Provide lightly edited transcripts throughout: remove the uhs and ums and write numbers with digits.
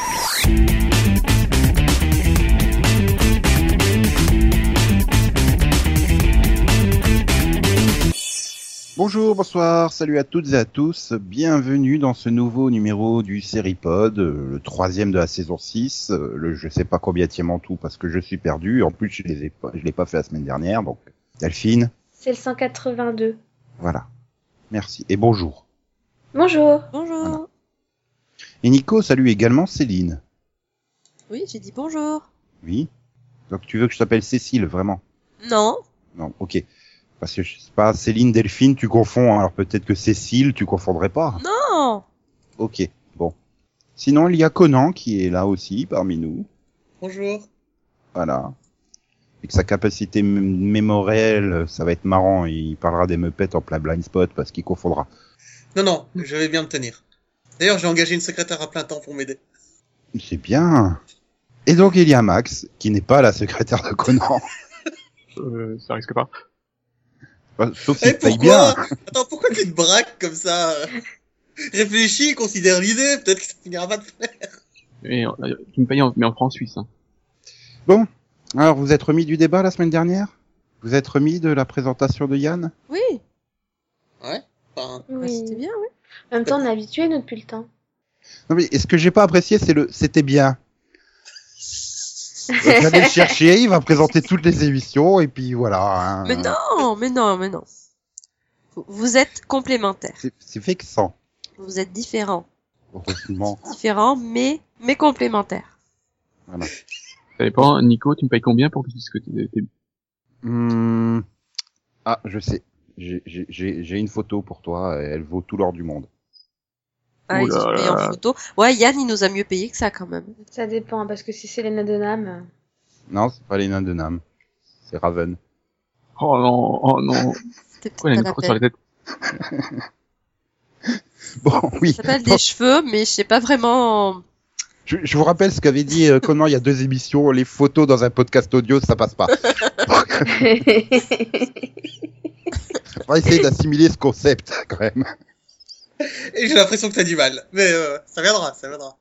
Bonjour, bonsoir, salut à toutes et à tous, bienvenue dans ce nouveau numéro du Seripod, le 3e de la saison 6, le je sais pas combienième en tout parce que je suis perdu, en plus je l'ai pas fait la semaine dernière, donc Delphine. C'est le 182. Voilà, merci, et bonjour. Bonjour. Bonjour. Voilà. Et Nico salue également Céline. Oui, j'ai dit bonjour. Oui, donc tu veux que je t'appelle Cécile, vraiment? Non. Non, ok. Parce que je sais pas, Céline, Delphine, tu confonds, alors peut-être que Cécile, tu confondrais pas. Non. Ok, bon. Sinon, il y a Conan qui est là aussi, parmi nous. Bonjour. Voilà. Avec sa capacité mémorielle, ça va être marrant, il parlera des meupettes en plein blind spot parce qu'il confondra. Non, je vais bien me tenir. D'ailleurs, j'ai engagé une secrétaire à plein temps pour m'aider. C'est bien. Et donc, il y a Max, qui n'est pas la secrétaire de Conan. Ça risque pas. Sauf s'il paye pourquoi bien. Attends, pourquoi tu te braques comme ça? Réfléchis, considère l'idée, peut-être que ça finira pas de faire. Et tu me payes mais en francs suisses. Hein. Bon, alors vous êtes remis du débat la semaine dernière? Vous êtes remis de la présentation de Yann? Oui. Ouais. Enfin, Oui. C'était bien, oui. En même temps, on est habitué, nous, depuis le temps. Non mais ce que j'ai pas apprécié, c'est c'était bien. J'allais le chercher, il va présenter toutes les émissions et puis voilà. Hein. Mais non. Vous êtes complémentaires. C'est vexant. Vous êtes différents. Heureusement. Différents, mais complémentaires. Voilà. Ça dépend, Nico, tu me payes combien pour ce que t'es... Ah, je sais. J'ai une photo pour toi, elle vaut tout l'or du monde. Ah, ils ont payé en photo. Ouais, Yann, il nous a mieux payé que ça, quand même. Ça dépend, parce que si c'est Lena Dunham... Non, c'est pas les nains de Nam. C'est Raven. Oh non. C'était Pourquoi il a une peut-être croix pas sur la la peine. tête? Bon, oui. Ça s'appelle des cheveux, mais je sais pas vraiment... Je vous rappelle ce qu'avait dit Conan il y a 2 émissions, les photos dans un podcast audio, ça passe pas. On va essayer d'assimiler ce concept, quand même. et j'ai l'impression que t'as du mal. Mais ça viendra.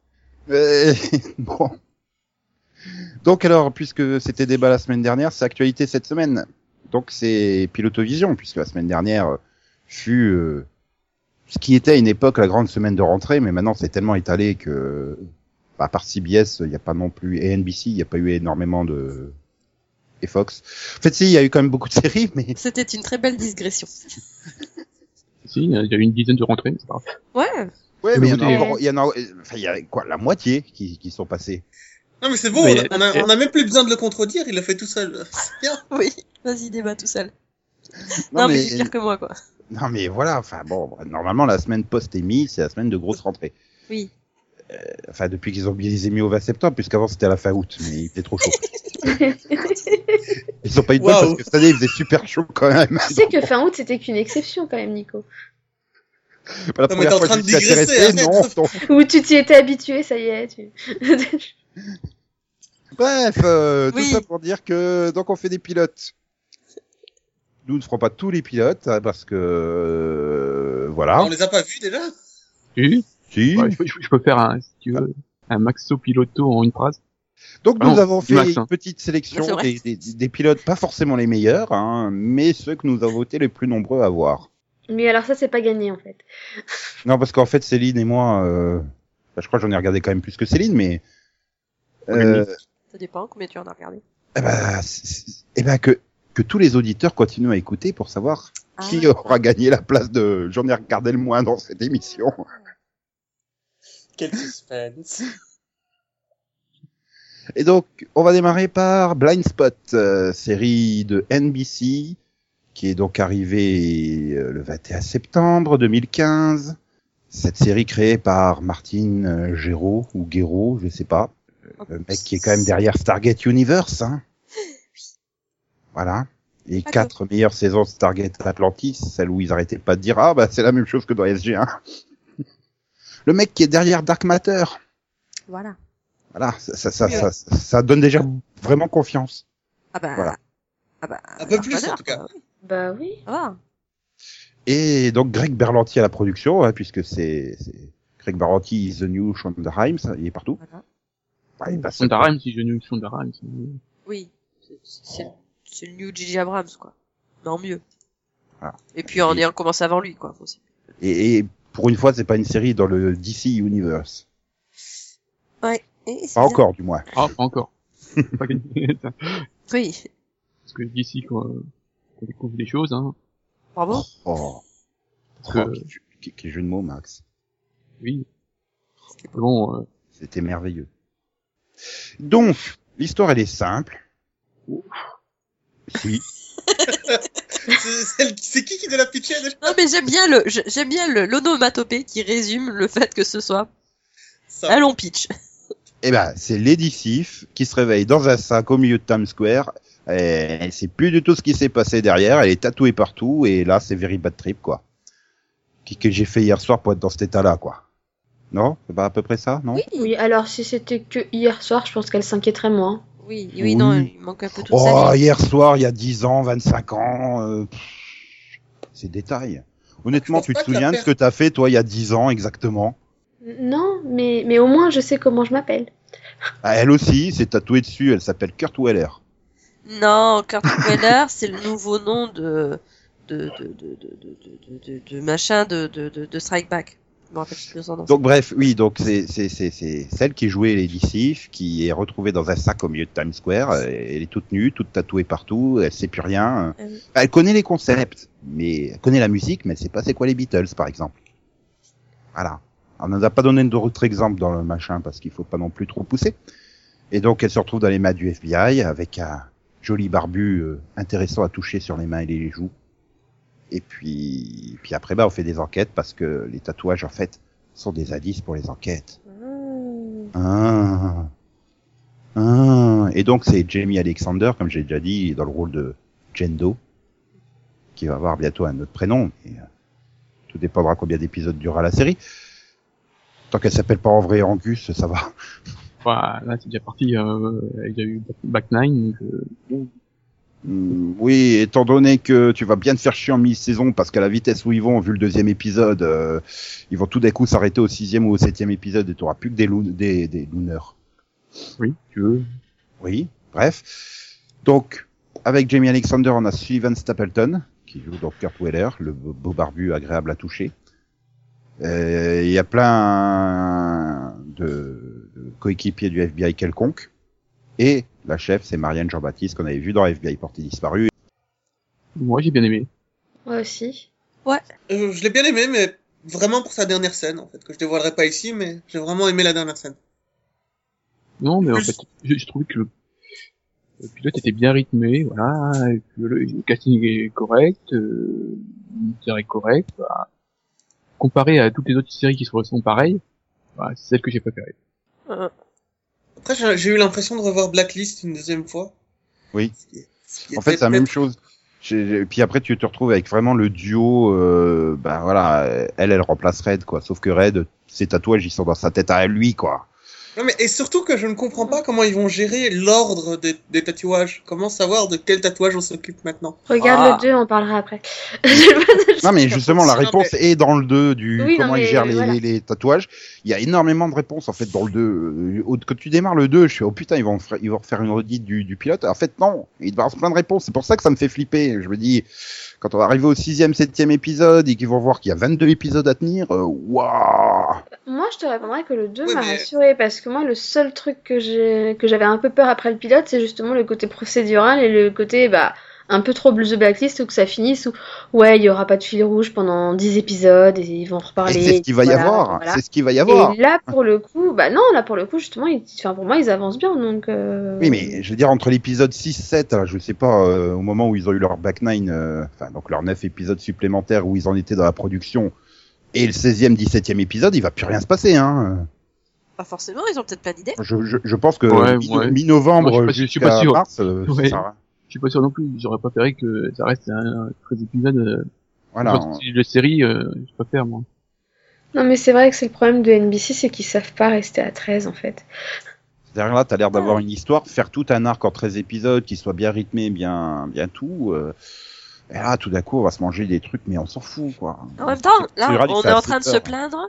Bon. Donc alors, puisque c'était débat la semaine dernière, c'est actualité cette semaine. Donc c'est Pilotovision, puisque la semaine dernière fut ce qui était à une époque la grande semaine de rentrée, mais maintenant c'est tellement étalé que, à part CBS, il n'y a pas non plus, et NBC, il n'y a pas eu énormément de... Et Fox. En fait, si, il y a eu quand même beaucoup de séries, mais... C'était une très belle digression. Si, il y a eu une dizaine de rentrées, mais c'est pas grave. Ouais. Ouais, mais écoutez, il y en a, enfin, il y a quoi, la moitié qui sont passées. Non, mais c'est bon, Mais- on a même plus besoin de le contredire, il le fait tout seul. C'est bien. Oui. Vas-y, débat tout seul. Non, mais c'est pire que moi, quoi. Non, mais voilà, enfin bon, normalement, la semaine post-émis, c'est la semaine de grosse rentrée. Oui. Enfin, depuis qu'ils ont les émis au 20 septembre, puisqu'avant c'était à la fin août, mais il était trop chaud. Ils ont pas eu de bol parce que cette année il faisait super chaud quand même. Tu sais que fin août, c'était qu'une exception, quand même, Nico. Pas la Non, mais première t'es en fois train que de je suis digresser, intéressé, non. arrête. Donc... Ou tu t'y étais habitué, ça y est. Bref, Oui. tout ça pour dire que donc on fait des pilotes. Nous ne ferons pas tous les pilotes hein, parce que voilà. On les a pas vus déjà? Si. Ouais, je peux faire un, si tu veux, un maxo piloto en une phrase. Donc Ah nous non, avons fait Max, hein. une petite sélection C'est vrai. des pilotes, pas forcément les meilleurs, hein, mais ceux que nous avons été les plus nombreux à voir. Mais alors ça, c'est pas gagné, en fait. Non, parce qu'en fait, Céline et moi, je crois que j'en ai regardé quand même plus que Céline, mais Ça dépend combien tu en as regardé. que tous les auditeurs continuent à écouter pour savoir qui aura gagné la place de j'en ai regardé le moins dans cette émission. Quel suspense. Et donc, on va démarrer par Blind Spot, série de NBC, qui est donc arrivée le 21 septembre 2015. Cette série créée par Martin Gero, ou Guerrero, je sais pas. Le mec qui est quand même derrière Stargate Universe, hein. Voilà. Les 4 meilleures saisons de Stargate Atlantis, celles où ils arrêtaient pas de dire, ah, bah, c'est la même chose que dans SG1. Le mec qui est derrière Dark Matter. Voilà. Voilà. Ça donne déjà vraiment confiance. Ah bah. Voilà. Ah bah. Un peu plus, en tout cas. Bah oui. Ah. Et donc, Greg Berlanti à la production, hein, puisque c'est Greg Berlanti is the new Shonda Rhimes, il est partout. Voilà. Ouais, il passe Shonda Rhimes, si je ne Shonda Rhimes. Oui. C'est le New J.J. Abrams, quoi. Mais en mieux. Voilà. Et puis en ayant commencé avant lui, quoi, aussi. Et pour une fois, c'est pas une série dans le DC Universe. Ouais. Pas encore, du moins. Ah, pas encore. Pas gagné, ça. Oui. Parce que d'ici, qu'on découvre des choses, hein. Bravo. Oh. Parce que, Quel jeu de mots, Max. oui. Bon, C'était merveilleux. Donc, l'histoire, elle est simple. Si. C'est qui de la pitcher déjà? Non, mais j'aime bien l'onomatopée qui résume le fait que ce soit Ça. un long pitch. Eh ben, c'est Lady Sif qui se réveille dans un sac au milieu de Times Square. Et elle sait plus du tout ce qui s'est passé derrière. Elle est tatouée partout. Et là, c'est very bad trip, quoi. Que j'ai fait hier soir pour être dans cet état-là, quoi. Non? C'est pas à peu près ça, non? Oui, alors si c'était que hier soir, je pense qu'elle s'inquiéterait moins. Oui, non, il manque un peu toute Oh, sa vie. hier soir, il y a 10 ans, 25 ans, c'est détail. Honnêtement, Je pense tu te pas que souviens de ce que t'as fait, toi, il y a 10 ans, exactement? Non, mais au moins je sais comment je m'appelle. Ah, elle aussi, c'est tatoué dessus, elle s'appelle Kurt Weller. Non, Kurt Weller, c'est le nouveau nom de machin de Strike Back. Je me rappelle plus de son nom. Donc bref, oui, donc c'est celle qui jouait Lady Sif, qui est retrouvée dans un sac au milieu de Times Square. Elle est toute nue, toute tatouée partout, elle sait plus rien. Elle connaît les concepts, mais elle connaît la musique, mais elle sait pas c'est quoi les Beatles, par exemple. Voilà. On nous a pas donné d'autres exemples dans le machin parce qu'il faut pas non plus trop pousser. Et donc elle se retrouve dans les mains du FBI avec un joli barbu intéressant à toucher sur les mains et les joues. Et puis après, on fait des enquêtes parce que les tatouages, en fait, sont des indices pour les enquêtes. Et donc, c'est Jamie Alexander, comme j'ai déjà dit, dans le rôle de Jane Doe, qui va avoir bientôt un autre prénom. Et, tout dépendra combien d'épisodes durera la série. Tant qu'elle s'appelle pas en vrai Angus, ça va. bah, là, c'est déjà parti, il y a eu Back 9, donc, Oui, étant donné que tu vas bien te faire chier en mi-saison parce qu'à la vitesse où ils vont, vu le deuxième épisode, ils vont tout d'un coup s'arrêter au 6e ou au 7e épisode et tu auras plus que des looners. oui, tu veux. Oui, bref. Donc, avec Jamie Alexander, on a Sullivan Stapleton, qui joue donc Kurt Weller, le beau barbu agréable à toucher. Il y a plein de coéquipiers du FBI quelconque. Et la chef, c'est Marianne Jean-Baptiste, qu'on avait vu dans FBI Porté Disparu. Moi, j'ai bien aimé. Moi aussi. Je l'ai bien aimé, mais vraiment pour sa dernière scène, en fait, que je dévoilerai pas ici, mais j'ai vraiment aimé la dernière scène. Non, mais en fait, je trouvais que le pilote était bien rythmé, voilà, et que le casting est correct, l'univers est correct, bah, comparé à toutes les autres séries qui sont pareilles, bah, c'est celle que j'ai préférée. Après, j'ai eu l'impression de revoir Blacklist une deuxième fois. Oui. Ce qui En fait, était c'est la même peut-être- chose. Puis après, tu te retrouves avec vraiment le duo. Voilà, elle remplace Red, quoi. Sauf que Red, ses tatouages, ils sont dans sa tête à lui, quoi. Non, mais, et surtout que je ne comprends pas comment ils vont gérer l'ordre des tatouages. Comment savoir de quel tatouage on s'occupe maintenant? Regarde le 2, on parlera après. Non, mais justement, la Non, mais- réponse est dans le 2 du Oui, non, comment ils mais gèrent voilà. les tatouages. Il y a énormément de réponses, en fait, dans le 2. Quand tu démarres le 2, je fais, oh putain, ils vont refaire une redite du pilote. En fait, non. Il va y avoir plein de réponses. C'est pour ça que ça me fait flipper. Je me dis, quand on va arriver au 6e, 7e épisode et qu'ils vont voir qu'il y a 22 épisodes à tenir, waouh! Moi, je te répondrais que le 2 Oui, m'a mais- rassuré parce que moi, le seul truc que j'avais un peu peur après le pilote, c'est justement le côté procédural et le côté, un peu trop Blues the Blacklist ou que ça finisse où, ouais, il y aura pas de fil rouge pendant 10 épisodes et ils vont Et reparler. c'est ce qu'il va y voilà, avoir. voilà. C'est ce qu'il va y avoir. Et là, pour le coup, justement, pour moi, ils avancent bien, donc. Oui, mais je veux dire, entre l'épisode 6-7, je sais pas, au moment où ils ont eu leur Back 9, donc leurs 9 épisodes supplémentaires où ils en étaient dans la production, et le 16e, 17e épisode, il va plus rien se passer, hein. Pas forcément, ils ont peut-être pas d'idée. Je pense que Ouais, mi-novembre Moi, je suis pas jusqu'à sûr. mars, Ouais. ça sert à rien. Je suis pas sûr non plus, j'aurais préféré que ça reste un 13 épisodes, Voilà. de série, je préfère, moi. Non, mais c'est vrai que c'est le problème de NBC, c'est qu'ils savent pas rester à 13, en fait. Derrière là, t'as l'air d'avoir une histoire, faire tout un arc en 13 épisodes, qui soit bien rythmé, bien tout, et là, tout d'un coup, on va se manger des trucs, mais on s'en fout, quoi. En même temps, là, C'est rare, on c'est est en assez train de se peur. plaindre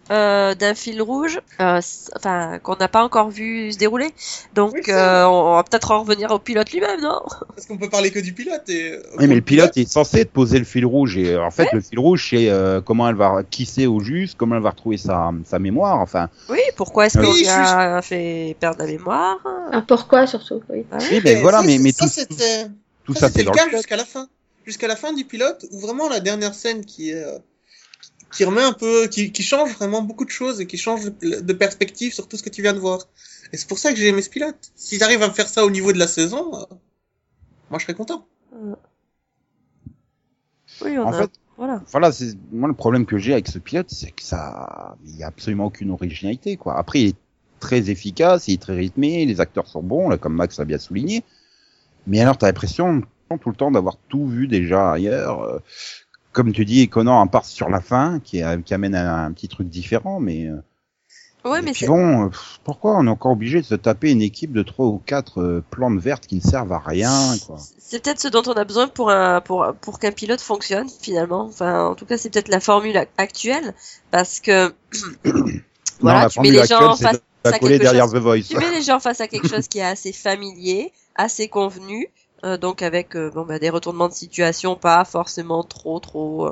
d'un fil rouge, enfin qu'on n'a pas encore vu se dérouler. Donc Oui, on va peut-être en revenir au pilote lui-même, non? Parce qu'on peut parler que du pilote. Oui, mais le pilote est censé te poser le fil rouge. Et en fait, le fil rouge, c'est comment elle va kisser au juste, comment elle va retrouver sa mémoire. Enfin. Oui, pourquoi est-ce qu'on Oui, lui a fait perdre la mémoire? Pourquoi surtout, oui. Oui, mais voilà, mais ça, tout ça, c'était c'est dans le cas le pilote. jusqu'à la fin. Jusqu'à la fin du pilote, où vraiment la dernière scène qui remet un peu, qui change vraiment beaucoup de choses et qui change de perspective sur tout ce que tu viens de voir. Et c'est pour ça que j'ai aimé ce pilote. S'ils arrivent à me faire ça au niveau de la saison, moi je serais content. Oui, En fait, voilà. c'est moi le problème que j'ai avec ce pilote, c'est que il y a absolument aucune originalité, quoi. Après, il est très efficace, il est très rythmé, les acteurs sont bons, là, comme Max a bien souligné. Mais alors, t'as l'impression tout le temps d'avoir tout vu déjà ailleurs. Comme tu dis, Conan, à part sur la fin, qui amène un petit truc différent, mais. Ouais, et mais puis bon, pourquoi on est encore obligé de se taper une équipe de 3 ou 4 plantes vertes qui ne servent à rien, quoi. c'est peut-être ce dont on a besoin pour qu'un pilote fonctionne finalement. Enfin, en tout cas, c'est peut-être la formule actuelle, parce que voilà, tu mets les gens face à quelque chose. The Voice. Tu mets les gens face à quelque chose qui est assez familier, assez convenu, donc avec des retournements de situation pas forcément trop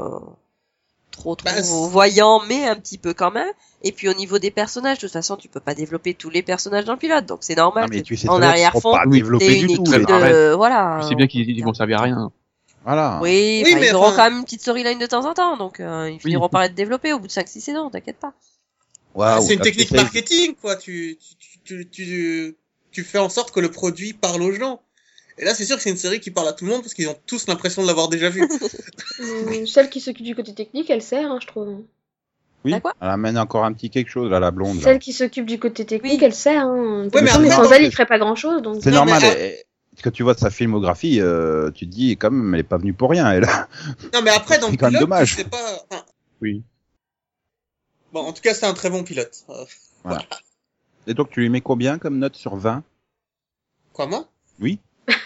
voyants, mais un petit peu quand même. Et puis au niveau des personnages, de toute façon, tu peux pas développer tous les personnages dans le pilote, donc c'est normal. Ah, mais tu sais en arrière-fond, pas développer du tout. Voilà. C'est bien qu'ils vont servir à rien. Voilà. Oui, Oui, mais ils auront quand même une petite storyline de temps en temps, donc ils finiront par être développés au bout de 5-6 saisons, t'inquiète pas. Waouh, C'est une technique marketing, quoi. Tu fais en sorte que le produit parle aux gens. Et là, c'est sûr que c'est une série qui parle à tout le monde parce qu'ils ont tous l'impression de l'avoir déjà vu. Celle qui s'occupe du côté technique, elle sert, je trouve. Oui, quoi elle amène encore un petit quelque chose, là, la blonde. Celle qui s'occupe du côté technique, elle sert. Ouais, mais sans elle, il ferait pas grand-chose. Donc... C'est normal. Quand tu vois sa filmographie, tu te dis, quand même, elle est pas venue pour rien, elle. Non, mais après, dans le pilote, dommage. c'est pas... Oui. Bon, en tout cas, c'est un très bon pilote. Voilà. Et donc, tu lui mets combien comme note sur 20? Quoi, moi? Oui.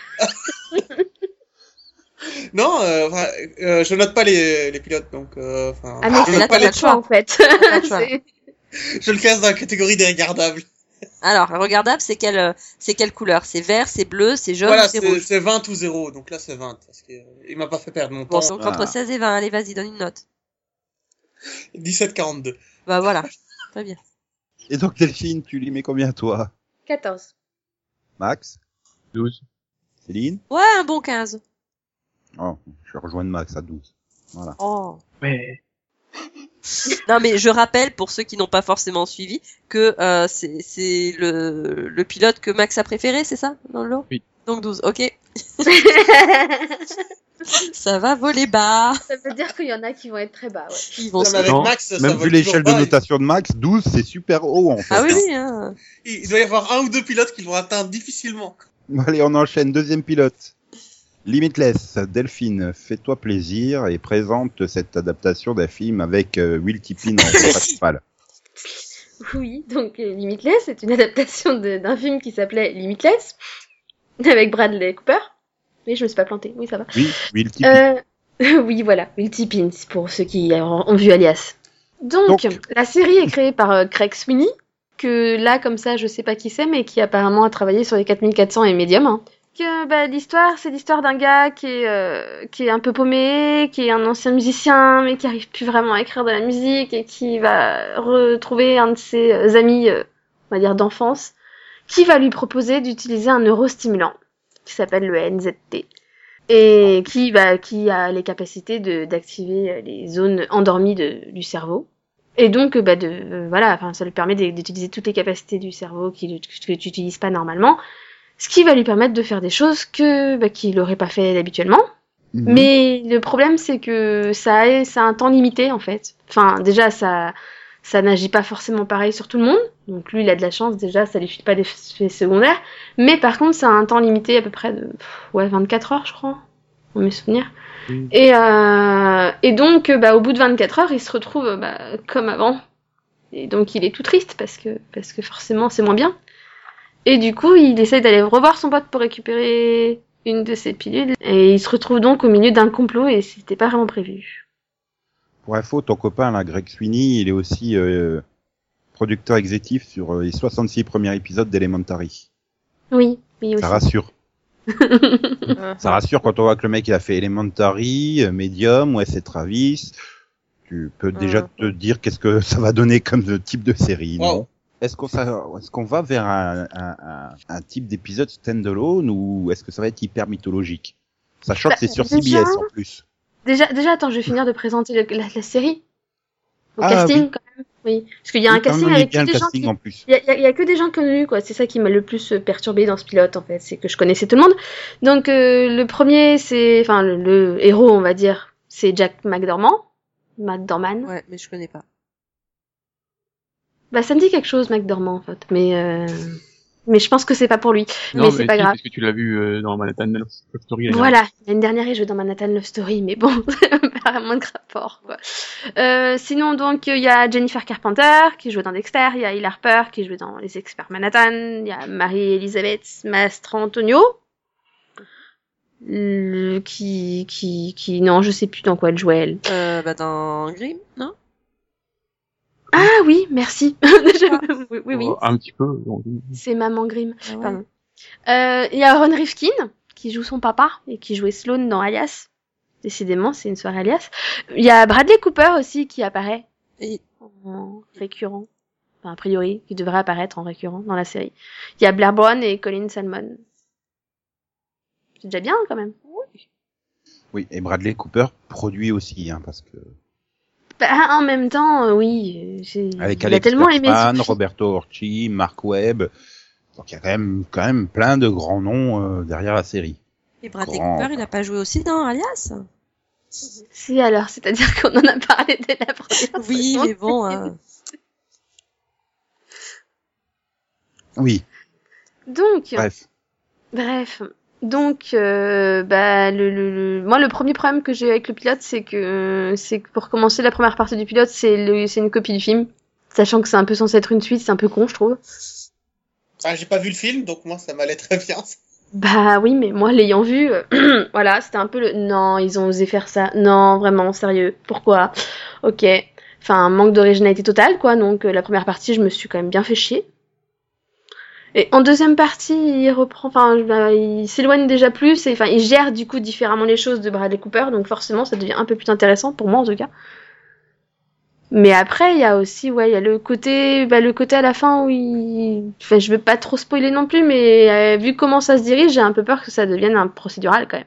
Non, je note pas les pilotes, donc... Ah mais c'est là, t'as pas le choix, en fait. Je le classe dans la catégorie des regardables. Alors, regardable, c'est quelle couleur? C'est vert, c'est bleu, c'est jaune, Voilà, c'est rouge? c'est 20 ou 0, donc là c'est 20, parce que il m'a pas fait perdre mon Bon, temps. donc entre 16 et 20, allez, vas-y, donne une note. 17,42. Bah voilà, très bien. Et donc, Delphine, tu lui mets combien, toi? 14. Max? 12. Céline? Ouais, un bon 15. Oh, je vais rejoindre Max à 12. Voilà. Oh. Ouais. Non, mais je rappelle, pour ceux qui n'ont pas forcément suivi, que c'est le pilote que Max a préféré, c'est ça, dans le lot? Oui. Donc 12, ok. Ça va voler bas. Ça veut dire qu'il y en a qui vont être très bas, ouais. Ils vont Non, mais avec Non, Max, ça même va vu l'échelle de toujours pas. notation de Max, 12, c'est super haut, en fait. Ah oui, oui, hein. Il doit y avoir un ou deux pilotes qui vont atteindre difficilement. Allez, on enchaîne. Deuxième pilote. Limitless. Delphine, fais-toi plaisir et présente cette adaptation d'un film avec Will Tippin en rôle principal. Oui, donc Limitless, c'est une adaptation d'un film qui s'appelait Limitless, avec Bradley Cooper. Oui, je me suis pas plantée, oui, ça va. Oui, Will Tippin. Oui, voilà, Will Tippin, pour ceux qui ont vu Alias. Donc, la série est créée par Craig Sweeney, que là, comme ça, je sais pas qui c'est, mais qui apparemment a travaillé sur les 4400 et Medium. Hein. L'histoire, c'est l'histoire d'un gars qui est un peu paumé, qui est un ancien musicien, mais qui arrive plus vraiment à écrire de la musique, et qui va retrouver un de ses amis, on va dire d'enfance, qui va lui proposer d'utiliser un neurostimulant, qui s'appelle le NZT, et qui a les capacités d'activer les zones endormies du cerveau. Et donc, ça lui permet d'utiliser toutes les capacités du cerveau que tu n'utilises pas normalement, ce qui va lui permettre de faire des choses qu'il n'aurait pas fait habituellement. Mmh. Mais le problème, c'est que ça a un temps limité, en fait. Enfin, déjà, ça n'agit pas forcément pareil sur tout le monde. Donc lui, il a de la chance, déjà, ça lui file pas d'effets secondaires. Mais par contre, ça a un temps limité à peu près de 24 heures, je crois, dans mes souvenirs. Mmh. Et donc, au bout de 24 heures, il se retrouve comme avant. Et donc, il est tout triste parce que forcément, c'est moins bien. Et du coup, il essaie d'aller revoir son pote pour récupérer une de ses pilules. Et il se retrouve donc au milieu d'un complot et c'était pas vraiment prévu. Pour info, ton copain, là, Greg Sweeney, il est aussi producteur exécutif sur les 66 premiers épisodes d'Elementary. Oui aussi. Ça rassure. Ça rassure quand on voit que le mec, il a fait Elementary, Medium, ouais, c'est Travis. Tu peux déjà te dire qu'est-ce que ça va donner comme type de série, non? Est-ce qu'on va vers un type d'épisode standalone ou est-ce que ça va être hyper mythologique? Sachant que c'est sur CBS en plus. Déjà, attends, je vais finir de présenter la série. Au casting, quand même. Oui. Parce qu'il y a un casting avec que des gens qui... Il y a que des gens connus, quoi. C'est ça qui m'a le plus perturbé dans ce pilote, en fait. C'est que je connaissais tout le monde. Donc, le premier, enfin, le héros, on va dire, c'est Jack McDormand. Ouais, mais je connais pas. Bah, ça me dit quelque chose, McDormand, en fait. Mais je pense que c'est pas pour lui. Non, mais c'est pas grave. Parce que tu l'as vu dans Manhattan Love Story. Voilà, l'année dernière, il jouait dans Manhattan Love Story, mais bon, pas vraiment de rapport, quoi. Sinon, donc, il y a Jennifer Carpenter, qui jouait dans Dexter, il y a Hill Harper, qui jouait dans Les Experts Manhattan, il y a Marie-Elisabeth Mastrantonio, qui, non, je sais plus dans quoi elle jouait, elle. Dans Grimm, non? Ah oui, merci. oui. Un petit peu. C'est Maman Grimm. Ah ouais. Pardon. Il y a Ron Rifkin, qui joue son papa, et qui jouait Sloane dans Alias. Décidément, c'est une soirée Alias. Il y a Bradley Cooper aussi, qui apparaît. En récurrent. Enfin, a priori, qui devrait apparaître en récurrent dans la série. Il y a Blair Brown et Colin Salmon. C'est déjà bien, quand même. Oui, et Bradley Cooper produit aussi, hein, parce que... En même temps, oui. Avec Alex Kurtzman, Roberto Orci, Mark Webb. Donc il y a quand même plein de grands noms derrière la série. Et Bradley Cooper, il a pas joué aussi dans Alias? Si, alors, c'est-à-dire qu'on en a parlé dès la première Oui, mais bon... Oui. Donc... Bref. Donc, moi, le premier problème que j'ai avec le pilote, c'est que pour commencer la première partie du pilote, c'est une copie du film. Sachant que c'est un peu censé être une suite, c'est un peu con, je trouve. Ah, j'ai pas vu le film, donc moi, ça m'allait très bien. Bah oui, mais moi, l'ayant vu, voilà, c'était un peu non, ils ont osé faire ça. Non, vraiment, sérieux. Pourquoi? Ok. Enfin, manque d'originalité totale, quoi. Donc, la première partie, je me suis quand même bien fait chier. Et en deuxième partie, il s'éloigne déjà plus, et il gère du coup différemment les choses de Bradley Cooper, donc forcément ça devient un peu plus intéressant pour moi en tout cas. Mais après, il y a aussi, il y a le côté à la fin où je veux pas trop spoiler non plus, mais vu comment ça se dirige, j'ai un peu peur que ça devienne un procédural quand même.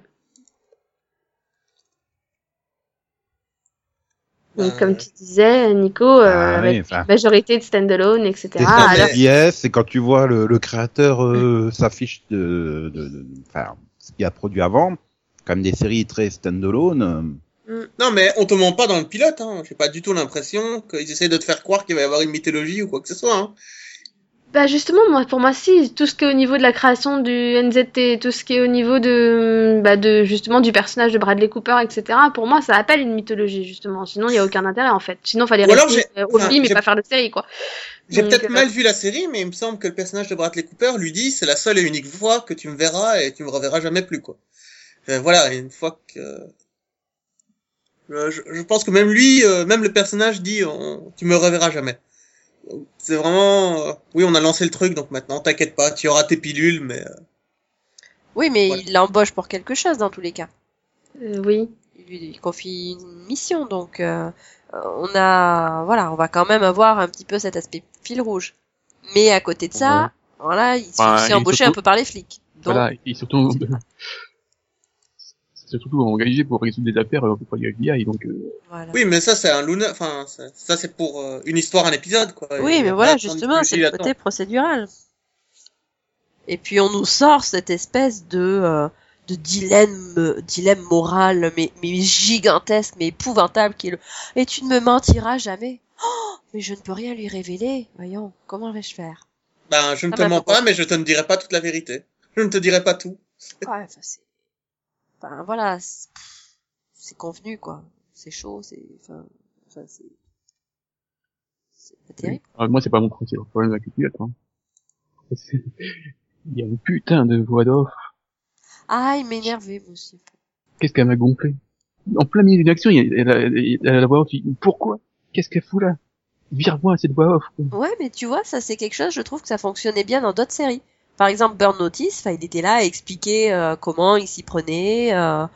Donc, comme tu disais, Nico, avec une majorité de standalone, etc. C'est quand tu vois le créateur s'affiche ce qu'il a produit avant, comme des séries très standalone. Non, mais on te ment pas dans le pilote, hein. J'ai pas du tout l'impression qu'ils essaient de te faire croire qu'il va y avoir une mythologie ou quoi que ce soit, hein. Bah justement, pour moi, si, tout ce qui est au niveau de la création du NZT, tout ce qui est au niveau de justement du personnage de Bradley Cooper, etc., pour moi, ça appelle une mythologie, justement. Sinon, il n'y a aucun intérêt, en fait. Sinon, fallait rester au film et pas faire de série, quoi. J'ai peut-être mal vu la série, mais il me semble que le personnage de Bradley Cooper lui dit, c'est la seule et unique fois que tu me verras et tu me reverras jamais plus, quoi. Voilà, une fois que... Je pense que même lui, même le personnage dit, tu me reverras jamais. C'est vraiment... oui, on a lancé le truc, donc maintenant, t'inquiète pas, tu auras tes pilules, mais... Oui, mais voilà. Il l'embauche pour quelque chose, dans tous les cas. Oui. Il lui confie une mission, donc on va quand même avoir un petit peu cet aspect fil rouge. Mais à côté de ça, voilà, il se fait aussi embaucher surtout, un peu par les flics. Donc... Voilà, et surtout... c'est surtout engagé pour résoudre des affaires auprès du FBI, donc... Voilà. Oui, mais ça, c'est un Luna... Enfin, ça, c'est pour une histoire, un épisode, quoi. Oui, mais voilà, justement, c'est le côté procédural. Et puis, on nous sort cette espèce de dilemme moral, mais gigantesque, mais épouvantable, qui est le... Et tu ne me mentiras jamais. Oh, mais je ne peux rien lui révéler. Voyons, comment vais-je faire? Ben, je ne te mens pas, mais je te ne dirai pas toute la vérité. Je ne te dirai pas tout. Ouais, voilà, c'est convenu, quoi. C'est chaud, c'est pas terrible. Moi, c'est pas mon problème avec le pilote, hein. Il y a une putain de voix d'off. Ah, il m'énervait, moi aussi. Qu'est-ce qu'elle m'a gonflé? en plein milieu d'une action, elle a la voix off, pourquoi? Qu'est-ce qu'elle fout là? Vire-moi cette voix off. Ouais, mais tu vois, ça c'est quelque chose, je trouve que ça fonctionnait bien dans d'autres séries. Par exemple, Burn Notice, il était là à expliquer comment il s'y prenait.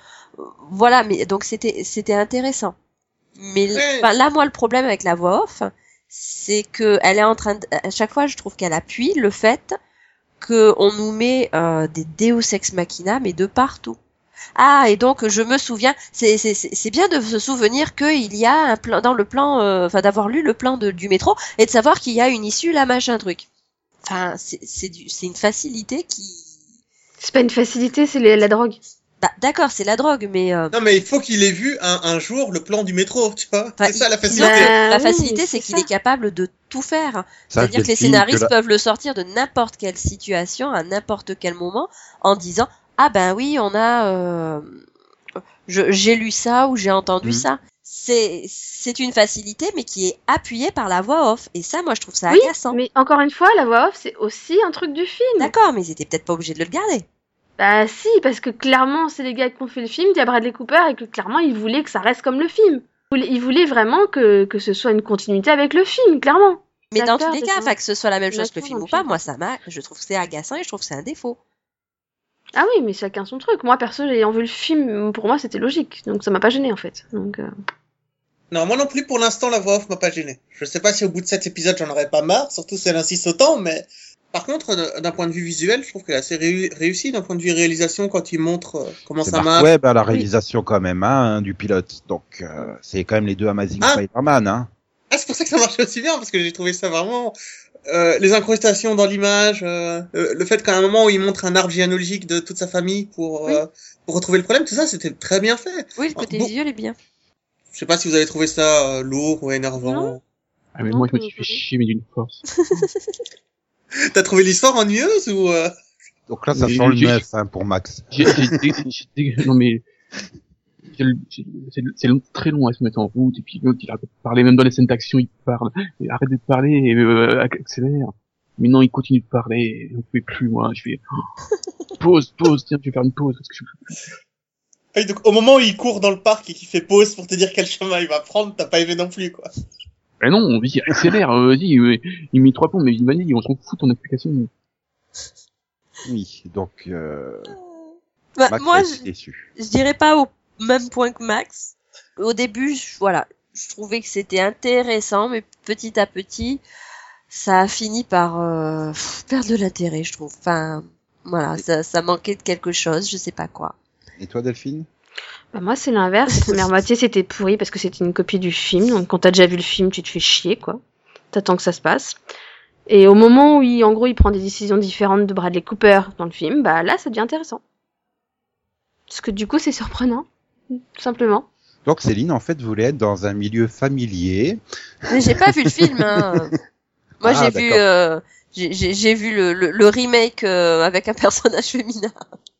Voilà, mais donc c'était intéressant. Mais là, moi, le problème avec la voix off, c'est que elle est en train à chaque fois, je trouve qu'elle appuie le fait que on nous met des Deus Ex Machina, mais de partout. Ah, et donc je me souviens, c'est bien de se souvenir qu'il y a un plan dans le plan, d'avoir lu le plan du métro et de savoir qu'il y a une issue là, machin truc. Enfin, c'est une facilité qui. C'est pas une facilité, c'est la drogue. Bah d'accord, c'est la drogue, mais. Non, mais il faut qu'il ait vu un jour le plan du métro, tu vois. C'est ça la facilité. La facilité, c'est qu'il est capable de tout faire. Ça, c'est-à-dire que les scénaristes peuvent le sortir de n'importe quelle situation, à n'importe quel moment, en disant ah ben oui, on a, j'ai lu ça ou j'ai entendu ça. C'est une facilité, mais qui est appuyée par la voix off. Et ça, moi, je trouve ça agaçant. Mais encore une fois, la voix off, c'est aussi un truc du film. D'accord, mais ils étaient peut-être pas obligés de le garder. Bah si, parce que clairement, c'est les gars qui ont fait le film, il y a Bradley Cooper, et que clairement, ils voulaient que ça reste comme le film. Ils voulaient vraiment que ce soit une continuité avec le film, clairement. Mais dans tous les cas, que ce soit la même chose que le film ou pas, moi, je trouve que c'est agaçant et je trouve que c'est un défaut. Ah oui, mais chacun son truc. Moi, perso, ayant vu le film, pour moi, c'était logique. Donc ça m'a pas gêné en fait. Donc, Non, moi non plus, pour l'instant, la voix off m'a pas gêné. Je sais pas si au bout de 7 épisodes, j'en aurais pas marre, surtout si elle insiste autant, mais par contre, d'un point de vue visuel, je trouve qu'elle est assez réussie. D'un point de vue réalisation, quand il montre comment ça marche. Webb à la réalisation quand même, du pilote. Donc, c'est quand même les deux Amazing Spider-Man, Ah, c'est pour ça que ça marchait aussi bien, parce que j'ai trouvé ça vraiment... les incrustations dans l'image, le fait qu'à un moment où il montre un arbre généalogique de toute sa famille pour retrouver le problème, tout ça, c'était très bien fait. Oui, le côté visuel est bien. Je sais pas si vous avez trouvé ça lourd ou énervant. Non. Ah mais moi je me suis fait chier mais d'une force. T'as trouvé l'histoire ennuyeuse ou Donc là ça sent le neuf pour Max. Non mais c'est très long à se mettre en route et puis l'autre il arrête de parler, même dans les scènes d'action il parle, il arrête de parler et accélère. Mais non, il continue de parler, on pouvait plus moi, je fais pause, tiens, je vais faire une pause parce que Et donc, au moment où il court dans le parc et qu'il fait pause pour te dire quel chemin il va prendre, t'as pas aimé non plus, quoi. Mais non, on dit accélère, vas-y, il met 3 plombs, mais vas-y, on s'en fout ton application. Oui, donc Max moi, je dirais pas au même point que Max. Au début, je trouvais que c'était intéressant, mais petit à petit, ça a fini par perdre de l'intérêt, je trouve. Enfin, voilà, ça manquait de quelque chose, je sais pas quoi. Et toi, Delphine? Bah moi, c'est l'inverse. La première moitié, c'était pourri parce que c'était une copie du film. Donc, quand t'as déjà vu le film, tu te fais chier, quoi. T'attends que ça se passe. Et au moment où il prend des décisions différentes de Bradley Cooper dans le film, bah là, ça devient intéressant. Parce que du coup, c'est surprenant. Tout simplement. Donc, Céline, en fait, voulait être dans un milieu familier. Mais j'ai pas vu le film, hein. Moi, j'ai vu le remake avec un personnage féminin.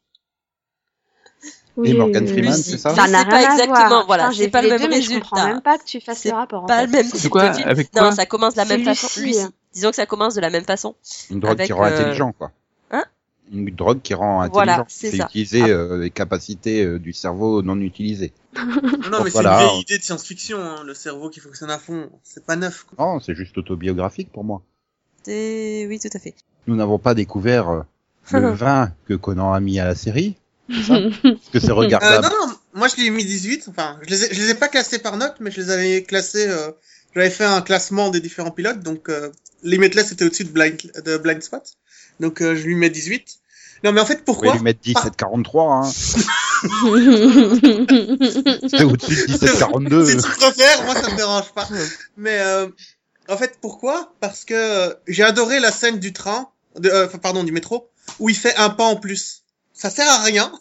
Oui, et Morgan Freeman, c'est ça? Ça n'a rien à voir. Voilà, c'est pas le même résultat. Je comprends même pas que tu fasses le rapport. Pas le même type de film. Avec quoi? Non, ça commence de la même façon. Lucie. Disons que ça commence de la même façon. Une drogue qui rend intelligent, quoi. Une drogue qui rend intelligent. Voilà, c'est ça. Utiliser les capacités du cerveau non utilisées. Non, mais c'est une vieille idée de science-fiction, le cerveau qui fonctionne à fond. C'est pas neuf, quoi. Non, c'est juste autobiographique pour moi. Oui, tout à fait. Nous n'avons pas découvert le vin que Conan a mis à la série. C'est ça? Parce que c'est regardable. Non, moi je l'ai mis 18. Enfin, je les ai pas classés par note, mais je les avais classés. J'avais fait un classement des différents pilotes, donc Limitless était au-dessus de Blind Spot, donc je lui mets 18. Non, mais en fait, pourquoi? Vous pouvez lui mettre 17,43, C'était au-dessus de 17,42. Si tu préfères, moi ça me dérange pas. Mais en fait, pourquoi? Parce que j'ai adoré la scène du train, du métro, où il fait un pas en plus. Ça sert à rien.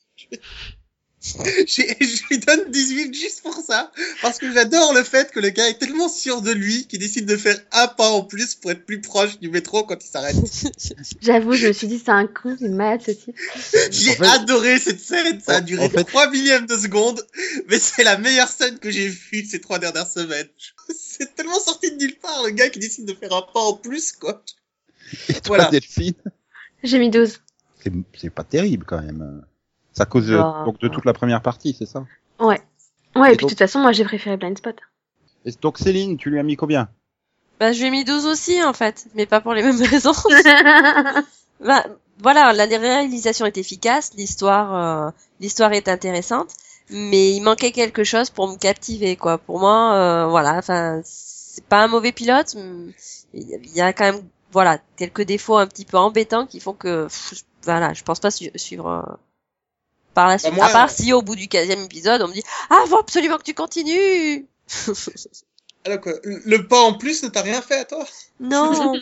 Je lui donne 18 juste pour ça, parce que j'adore le fait que le gars est tellement sûr de lui qu'il décide de faire un pas en plus pour être plus proche du métro quand il s'arrête. J'avoue, je me suis dit c'est un coup, c'est malade ceci. J'ai adoré cette scène, ça a duré 3 millièmes de seconde, mais c'est la meilleure scène que j'ai vue ces 3 dernières semaines. C'est tellement sorti de nulle part, le gars qui décide de faire un pas en plus, quoi. Et toi, Delphine? J'ai mis 12. C'est pas terrible quand même. C'est à cause donc de toute la première partie, c'est ça? Ouais. Ouais, et puis de toute façon, moi j'ai préféré Blind Spot. Et donc Céline, tu lui as mis combien? Bah, je lui ai mis 12 aussi, en fait, mais pas pour les mêmes raisons. Bah, voilà, la réalisation est efficace, l'histoire est intéressante, mais il manquait quelque chose pour me captiver, quoi. Pour moi, voilà, enfin, c'est pas un mauvais pilote, il y a quand même, voilà, quelques défauts un petit peu embêtants qui font que, voilà, je pense pas suivre par la suite. Moi, à part si au bout du 15e épisode, on me dit, ah, faut absolument que tu continues. Alors que le pas en plus ne t'a rien fait à toi? Non.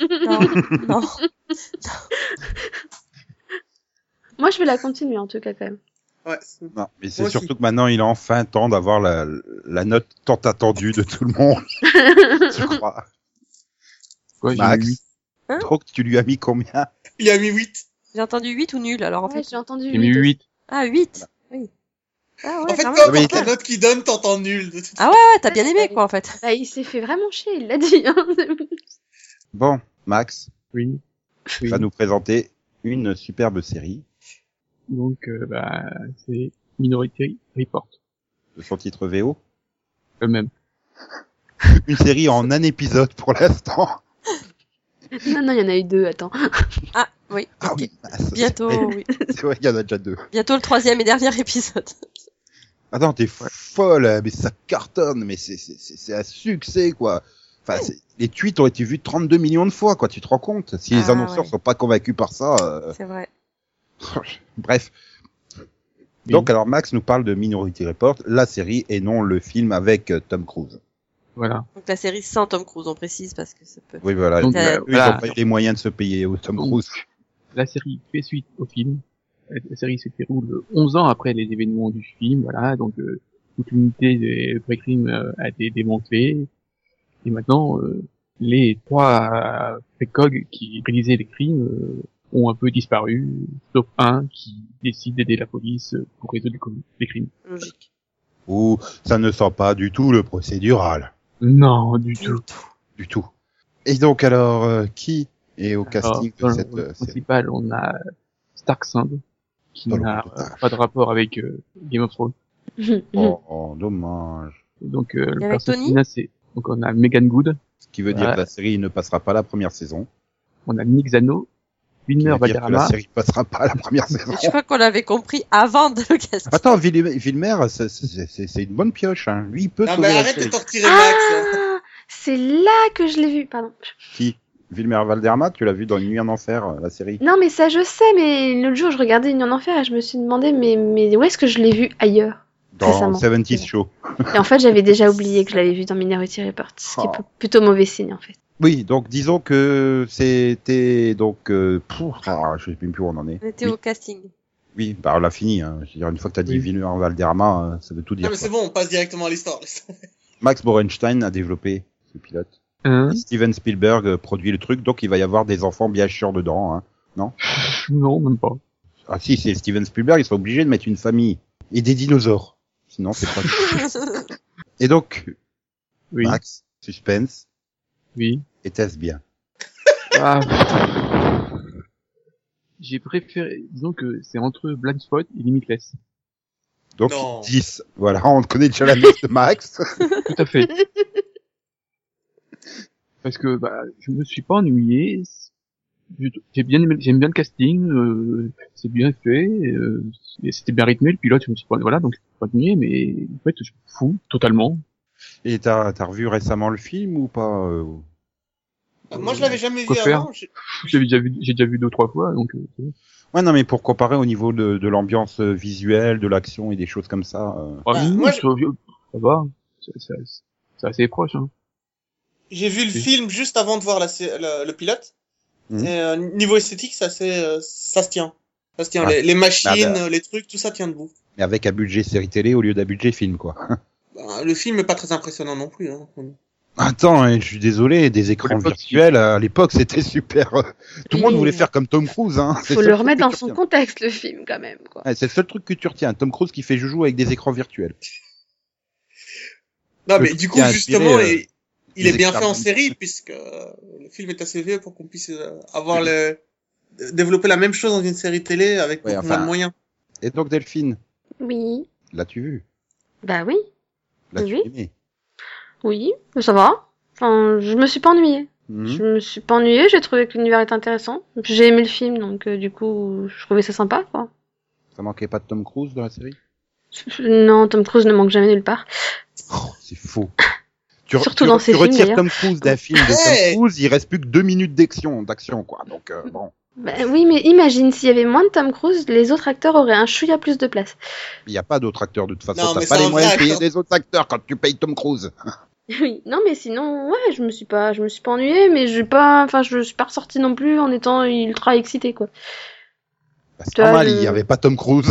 Moi, je vais la continuer en tout cas quand même. Ouais. Non, mais c'est surtout que maintenant il a enfin temps d'avoir la note tant attendue de tout le monde. Je crois. Ouais, Max, Hein donc tu lui as mis combien? Il a mis 8. J'ai entendu 8 ou nul, alors en Ouais, fait. j'ai entendu j'ai mis 8. Ah, 8. Oui. Ah ouais, En fait, quand peu même. importe la note qu'il donne, t'entends nul. De toute Ah ouais, t'as bien aimé, quoi, en fait. Bah, il s'est fait vraiment chier, il l'a dit. Hein. Bon, Max Oui. va nous présenter une superbe série Donc, c'est Minority Report. de son titre VO. Eux-mêmes. Une série en un épisode pour l'instant. Non, il y en a eu 2, attends. Ah, oui. Ah ok. oui, mince. Bientôt, oui. C'est vrai, il y en a déjà 2. Bientôt le 3e et dernier épisode. Attends, t'es folle, mais ça cartonne, mais c'est un succès, quoi. Enfin, les tweets ont été vus 32 millions de fois, quoi, tu te rends compte? Si les annonceurs sont pas convaincus par ça, C'est vrai. Bref. Oui. Donc, alors, Max nous parle de Minority Report, la série, et non le film avec Tom Cruise. Voilà. Donc la série sans Tom Cruise, on précise, parce que ça peut... Oui, voilà. Donc, Eux, ils voilà. ont pas eu les moyens de se payer au Tom Cruise. La série fait suite au film. La série se déroule 11 ans après les événements du film, voilà. Donc, toute l'unité des pré-crimes a été démantelée. Et maintenant, les 3 précogs qui réalisaient les crimes ont un peu disparu, sauf un qui décide d'aider la police pour résoudre les crimes. Logique. Ou ça ne sent pas du tout le procédural. Non, du tout. Du tout. Et donc, alors, qui est au casting Dans de le cette rôle série? principal, on a Stark Sand, qui Dans le n'a rôle de Stark. pas de rapport avec Game of Thrones. Oh, dommage. Et donc, Et le avec personnage Tony féminin, c'est, donc on a Megan Good, Ce qui veut dire Ouais. que la série ne passera pas la première saison. on a Nick Zano, Ce qui Wilmer veut dire que la Valderrama, série passera pas la première saison. Je crois qu'on l'avait compris avant de le caster. Attends, Vilmer, c'est une bonne pioche, hein. Lui, il peut Non, sauver mais la arrête de série. t'en retirer Max. Ah, c'est là que je l'ai vu, pardon. Qui? Vilmer Valderrama, tu l'as vu dans Une nuit en enfer, la série. Non, mais ça je sais, mais l'autre jour je regardais Une nuit en enfer et je me suis demandé, mais où est-ce que je l'ai vu ailleurs? Dans récemment. 70's Show. Et en fait, j'avais déjà oublié que je l'avais vu dans Minority Report, ce qui est plutôt mauvais signe en fait. Oui, donc disons que c'était donc je sais même plus où on en est. On était au casting. Oui, bah on l'a fini. Hein. Je veux dire, une fois que t'as dit Oui. Vilmer Valderrama, ça veut tout dire. Non, mais c'est bon, on passe directement à l'histoire. Max Borenstein a développé ce pilote. hein? Et Steven Spielberg produit le truc, donc il va y avoir des enfants bien chiants dedans. Hein. Non, même pas. Ah si, c'est Steven Spielberg, il sera obligé de mettre une famille et des dinosaures. Sinon, c'est pas. Et donc, Oui, Max, suspense, oui. était-ce bien? Ah, j'ai préféré, disons que c'est entre Blind Spot et Limitless. Donc Non. 10. Voilà, on connaît déjà la note de Max. Tout à fait. Parce que, je me suis pas ennuyé. J'aime bien le casting, c'est bien fait, et c'était bien rythmé, le pilote, je me suis pas, voilà, donc je me suis pas ennuyé, mais en fait, je me fous totalement. Et t'as revu récemment le film ou pas Moi, je l'avais jamais vu Quoi faire avant. J'ai déjà vu 2 ou 3 fois, donc, c'est bon. Ouais, non, mais pour comparer au niveau de l'ambiance visuelle, de l'action et des choses comme ça. Ah, moi, ça va, c'est assez proche, hein. J'ai vu le Oui. film juste avant de voir le pilote. Mhm. Et niveau esthétique, ça se tient. Ça se tient. Ah. Les machines, Ah bah. les trucs, tout ça tient debout. Mais avec un budget série télé au lieu d'un budget film, quoi. Le film est pas très impressionnant non plus. Hein. Attends, hein, je suis désolé, des écrans l'époque, virtuels, à l'époque, c'était super. Tout le monde Oui. voulait faire comme Tom Cruise, hein. C'est Faut le le seul remettre truc dans que tu son retiens. contexte, le film, quand même, quoi. Ouais, c'est le seul truc que tu retiens. Tom Cruise qui fait joujou avec des écrans virtuels. Non, Le mais truc du qui coup, a justement, inspiré, il est des bien fait en experts. série puisque le film est assez vieux pour qu'on puisse avoir développer la même chose dans une série télé avec Ouais, beaucoup enfin. moins de moyens. Et donc, Delphine, Oui. l'as-tu vu? Bah oui. Là, tu Oui. aimais. Oui, mais ça va. Enfin, je me suis pas ennuyée. Je me suis pas ennuyée, j'ai trouvé que l'univers était intéressant. Puis j'ai aimé le film, donc du coup, je trouvais ça sympa, quoi. Ça manquait pas de Tom Cruise dans la série? Non, Tom Cruise ne manque jamais nulle part. Oh, c'est faux. Surtout dans ses tu films, retires d'ailleurs. Tom Cruise d'un film de Tom Cruise, il reste plus que 2 minutes d'action, quoi. Donc, bon. Bah, oui, mais imagine, s'il y avait moins de Tom Cruise, les autres acteurs auraient un chouïa plus de place. Il n'y a pas d'autres acteurs, de toute façon. Non, T'as mais pas c'est les un moyens de vrai payer acteur. des autres acteurs quand tu payes Tom Cruise. Oui, non, mais sinon, ouais, je me suis pas ennuyée, mais je suis pas ressortie non plus en étant ultra excitée, quoi. Bah, c'est normal, il n'y avait pas Tom Cruise.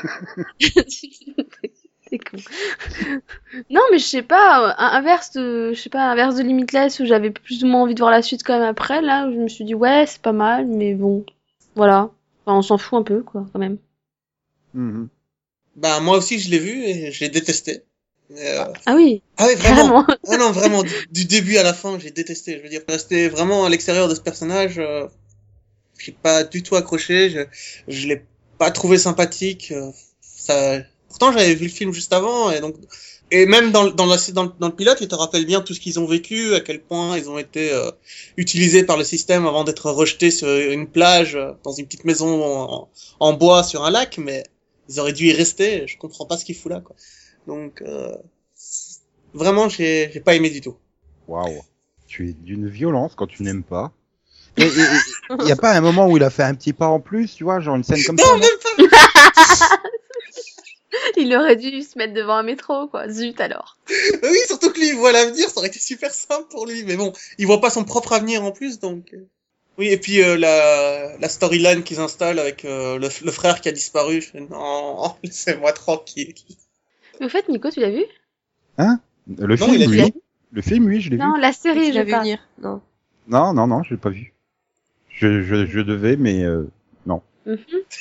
C'est con. Non, mais je sais pas, inverse de Limitless où j'avais plus ou moins envie de voir la suite quand même après, là, où je me suis dit, ouais, c'est pas mal, mais bon, voilà. Enfin, on s'en fout un peu, quoi, quand même. Mhm. Bah, moi aussi, je l'ai vu et je l'ai détesté. Ah oui, Ah oui, vraiment. carrément. Ah non, vraiment, du début à la fin, j'ai détesté. Je veux dire, rester vraiment à l'extérieur de ce personnage, j'ai pas du tout accroché. Je l'ai pas trouvé sympathique. Pourtant, j'avais vu le film juste avant, et même dans le pilote, il te rappelle bien tout ce qu'ils ont vécu, à quel point ils ont été utilisés par le système avant d'être rejetés sur une plage, dans une petite maison en bois sur un lac, mais ils auraient dû y rester. Je comprends pas ce qu'il fout là, quoi. Donc, vraiment, j'ai pas aimé du tout. Waouh. Tu es d'une violence quand tu n'aimes pas. Et il y a pas un moment où il a fait un petit pas en plus, tu vois, genre une scène comme ça. Non, même pas. Il aurait dû se mettre devant un métro, quoi. Zut, alors. Oui, surtout que lui, il voit l'avenir, ça aurait été super simple pour lui. Mais bon, il voit pas son propre avenir en plus, donc... Oui, et puis la storyline qu'ils installent avec le frère qui a disparu. Non, laissez-moi tranquille. Mais au fait, Nico, tu l'as vu? Hein? Le Non, film, il a oui. dit- Le film, oui, je l'ai vu. Non, la série, Tu je l'as vu pas. venir. Non. Non, je l'ai pas vu. Je devais, mais non. Mhm.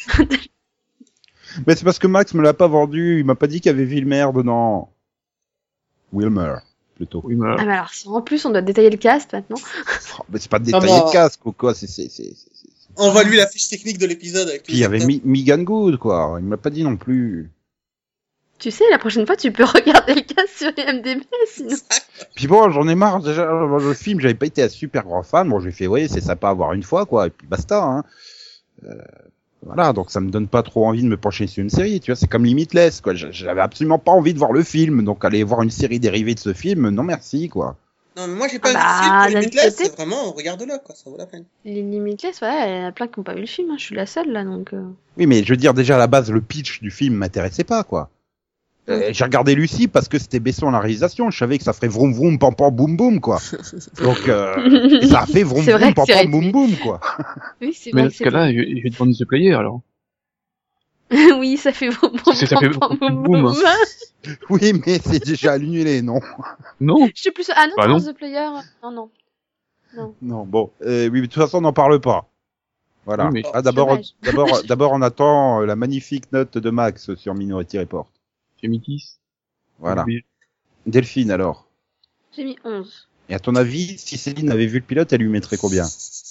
Mais c'est parce que Max me l'a pas vendu, il m'a pas dit qu'il y avait Wilmer dedans. Wilmer, plutôt. Oui, mais Ah, mais alors, si en plus on doit détailler le cast maintenant. Oh, mais c'est pas détaillé de casque ou quoi, c'est. On va lui la fiche technique de l'épisode avec Puis il y avait Megan Good, quoi. Il me l'a pas dit non plus. Tu sais, la prochaine fois, tu peux regarder le cast sur IMDb, sinon. Puis bon, j'en ai marre déjà. Le film, j'avais pas été un super grand fan. Bon, j'ai fait, ouais, c'est sympa à voir une fois, quoi. Et puis basta, hein. Voilà, donc ça me donne pas trop envie de me pencher sur une série, tu vois, c'est comme Limitless, quoi. J'avais absolument pas envie de voir le film, donc aller voir une série dérivée de ce film, non merci, quoi. Non, mais moi j'ai pas Ah vu bah, le film pour d'un Limitless, côté- c'est vraiment, regarde-le, quoi, ça vaut la peine. Les Limitless, ouais, il y en a plein qui n'ont pas vu le film, hein. Je suis la seule, là, donc... Oui, mais je veux dire, déjà à la base, le pitch du film m'intéressait pas, quoi. J'ai regardé Lucie parce que c'était Besson la réalisation, je savais que ça ferait vroom vroom pam pam boum boum, quoi. Donc, et ça a fait vroom C'est vrai vroom pam que c'est pam boum rythmé. boum, quoi. Oui, c'est mais vrai dans que ce cas-là, je vais te vendre The Player, alors. Oui, ça fait boum, Ça fait boum. Oui, mais c'est déjà annulé, non? Non. Je suis plus... Ah non, Bah non, non. The Player... Non. Non, bon, oui, mais de toute façon, on n'en parle pas. Voilà. Oui, mais- Ah, d'abord, Dommage. d'abord, on attend la magnifique note de Max sur Minority Report. J'ai mis 10. Voilà. Oui. Delphine, alors. J'ai mis 11. Et à ton avis, si Céline avait vu le pilote, elle lui mettrait combien?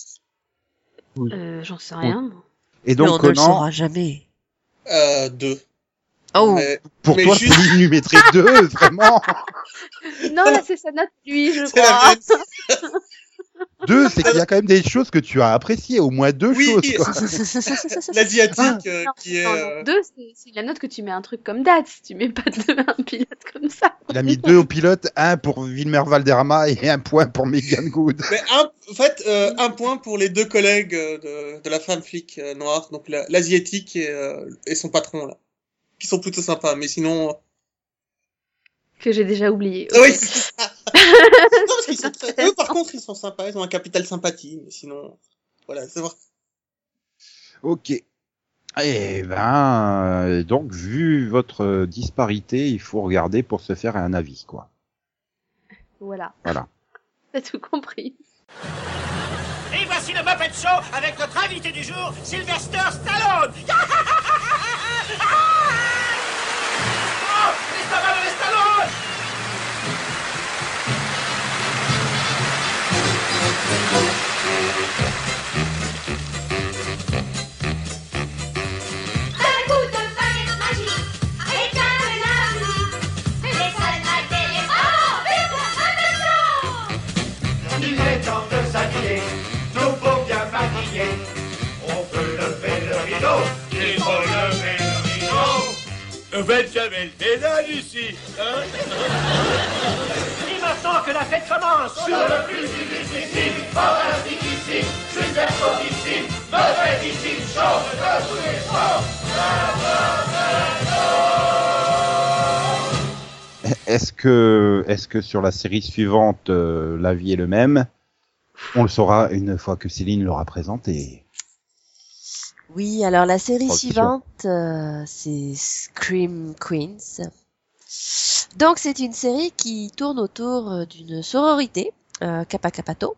J'en sais rien, moi. Et Mais on donc, ne le Conan, saura jamais. 2. Oh. Mais, pour mais toi, juste- Céline lui mettrait 2, vraiment? Non, là, c'est sa note, lui, je c'est la crois. même. 2, c'est qu'il y a quand même des choses que tu as appréciées, au moins 2 Oui. choses, quoi. L'asiatique Non, qui est... non, 2, c'est la note que tu mets un truc comme date. Tu mets pas 2 à un pilote comme ça. Il a mis 2 au pilote, 1 pour Wilmer Valderrama et 1 point pour Megan Good. Mais en fait, 1 point pour les 2 collègues de la femme flic noire, donc l'asiatique et son patron là, qui sont plutôt sympas. Mais sinon, Que j'ai déjà oublié. oui, c'est ça. Non, parce qu'ils sont eux, par contre, ils sont sympas, ils ont un capital sympathie. Mais sinon, voilà, c'est vrai. Ok. Eh ben, donc, vu votre disparité, il faut regarder pour se faire un avis, quoi. Voilà. Voilà. T'as tout compris. Et voici le Muppet Show avec notre invité du jour, Sylvester Stallone. Oh, les Stallone. Un coup de baguette magique, éteint l'infini. Les salades rideau, il faut lever le rideau. Faites jamais le dédale ici, hein? Et maintenant que la fête commence, sur le plus difficile, fantastique ici, super difficile, mauvais ici, chauffe de tous les sports. Est-ce que sur la série suivante, l'avis est le même? On le saura une fois que Céline l'aura présenté. Oui, alors la série suivante, c'est Scream Queens. Donc c'est une série qui tourne autour d'une sororité, Kappa Kappato,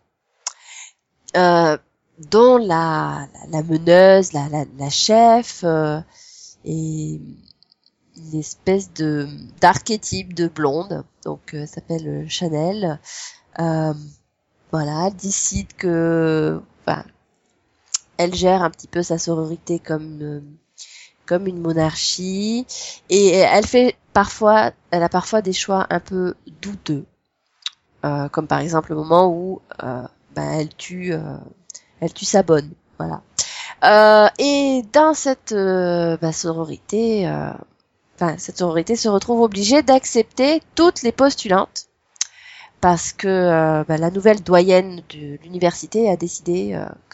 dont la meneuse, la chef, est une espèce d'archétype de blonde, donc s'appelle Chanel. Voilà, elle décide que, enfin, elle gère un petit peu sa sororité comme une monarchie, et elle a parfois des choix un peu douteux, comme par exemple le moment où elle tue sa bonne, voilà. Et dans cette sororité, cette sororité se retrouve obligée d'accepter toutes les postulantes parce que la nouvelle doyenne de l'université a décidé que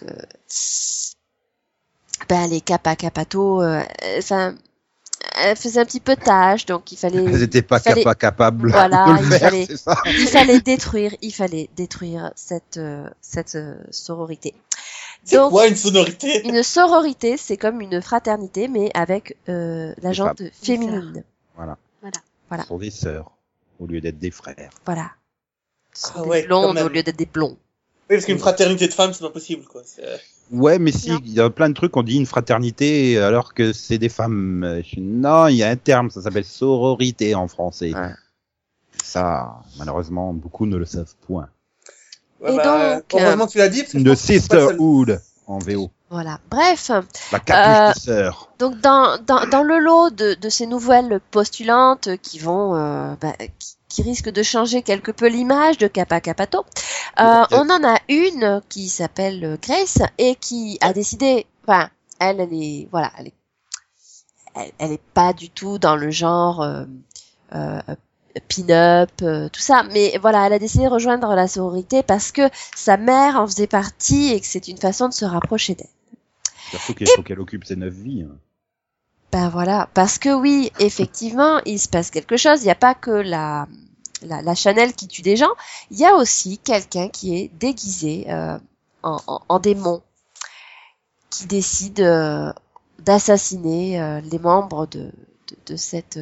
les Kappa Kappato, elles faisaient un petit peu tâche, donc il fallait. Elles n'étaient pas capables voilà, de le faire, c'est ça. Il fallait détruire cette sororité. C'est quoi une sororité? Une sororité, c'est comme une fraternité, mais avec la jante féminine. Voilà. Voilà. Ce sont des sœurs au lieu d'être des frères. Voilà. Ce sont des blondes au lieu d'être des blonds. Oui, parce qu'une fraternité de femmes, c'est pas possible, quoi. Ouais, mais si, il y a plein de trucs, on dit une fraternité alors que c'est des femmes. Non, il y a un terme, ça s'appelle sororité en français. Ouais. Ça, malheureusement, beaucoup ne le savent point. Ouais, et donc, heureusement que tu l'as dit. De Sisterhood en VO. Voilà. Bref. La capuche des sœurs. Donc dans le lot de ces nouvelles postulantes qui vont qui risquent de changer quelque peu l'image de Kappa Kappato, on en a une qui s'appelle Grace et qui a décidé, elle est pas du tout dans le genre pin-up, tout ça, mais voilà, elle a décidé de rejoindre la sororité parce que sa mère en faisait partie et que c'est une façon de se rapprocher d'elle. Surtout qu'il faut qu'elle occupe ses 9 vies. Ben voilà, parce que oui, effectivement, il se passe quelque chose. Il n'y a pas que la Chanel qui tue des gens. Il y a aussi quelqu'un qui est déguisé en démon, qui décide d'assassiner les membres de cette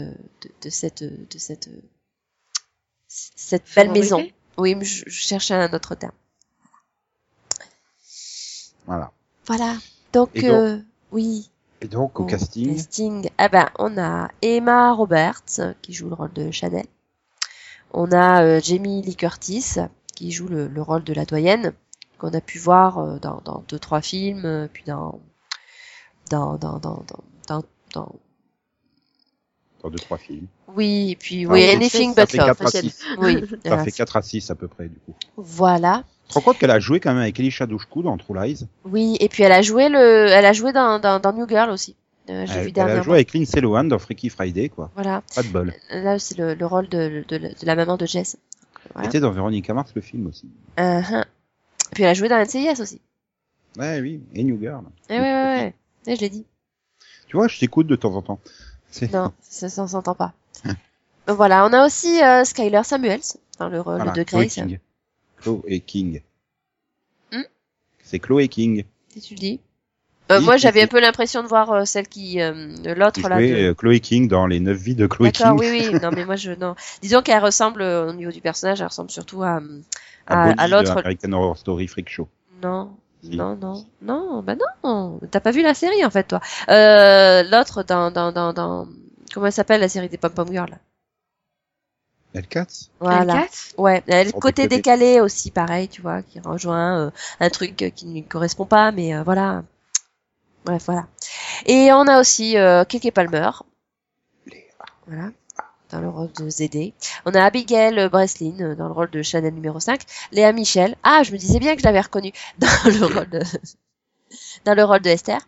belle maison. Oui, mais je cherchais un autre terme. Voilà. Donc, oui. Et donc, au casting, on a Emma Roberts, qui joue le rôle de Chanel. On a Jamie Lee Curtis, qui joue le rôle de la doyenne, qu'on a pu voir dans 2-3 films, puis dans 2-3 films. Oui, et puis, Anything But Love. Oui. Ça fait 4 à 6 à peu près, du coup. Voilà. Tu te rends compte qu'elle a joué quand même avec Elisha Dushku dans True Lies? Oui, et puis elle a joué dans New Girl aussi. Elle a joué avec Lindsay Lohan dans Freaky Friday, quoi. Voilà. Pas de bol. Là, c'est le rôle de la maman de Jess. Voilà. Elle était dans Veronica Mars, le film aussi. Et puis elle a joué dans NCIS aussi. Ouais, oui. Et New Girl. Ouais. Je l'ai dit. Tu vois, je t'écoute de temps en temps. Non, ça s'entend pas. Voilà, on a aussi Skyler Samuels dans le rôle de Grace. Chloe King. C'est Chloe King. Si tu le dis. Moi, j'avais un peu l'impression de voir celle qui, l'autre là. Chloe King dans les 9 vies de Chloe King. D'accord, oui. Non, mais moi, non. Disons qu'elle ressemble, au niveau du personnage, elle ressemble surtout à l'autre. American Horror Story Freak Show. Non. Si. Non. Bah non. T'as pas vu la série, en fait, toi. L'autre dans, comment elle s'appelle, la série des Pom-Pom Girls? L4? Voilà. L4? Ouais. Le côté décalé aussi, pareil, tu vois, qui rejoint un truc qui ne lui correspond pas, mais voilà. Bref, voilà. Et on a aussi Keke Palmer. Voilà. Dans le rôle de Zédé. On a Abigail Breslin dans le rôle de Chanel numéro 5. Léa Michel. Ah, je me disais bien que je l'avais reconnue dans le rôle de Esther.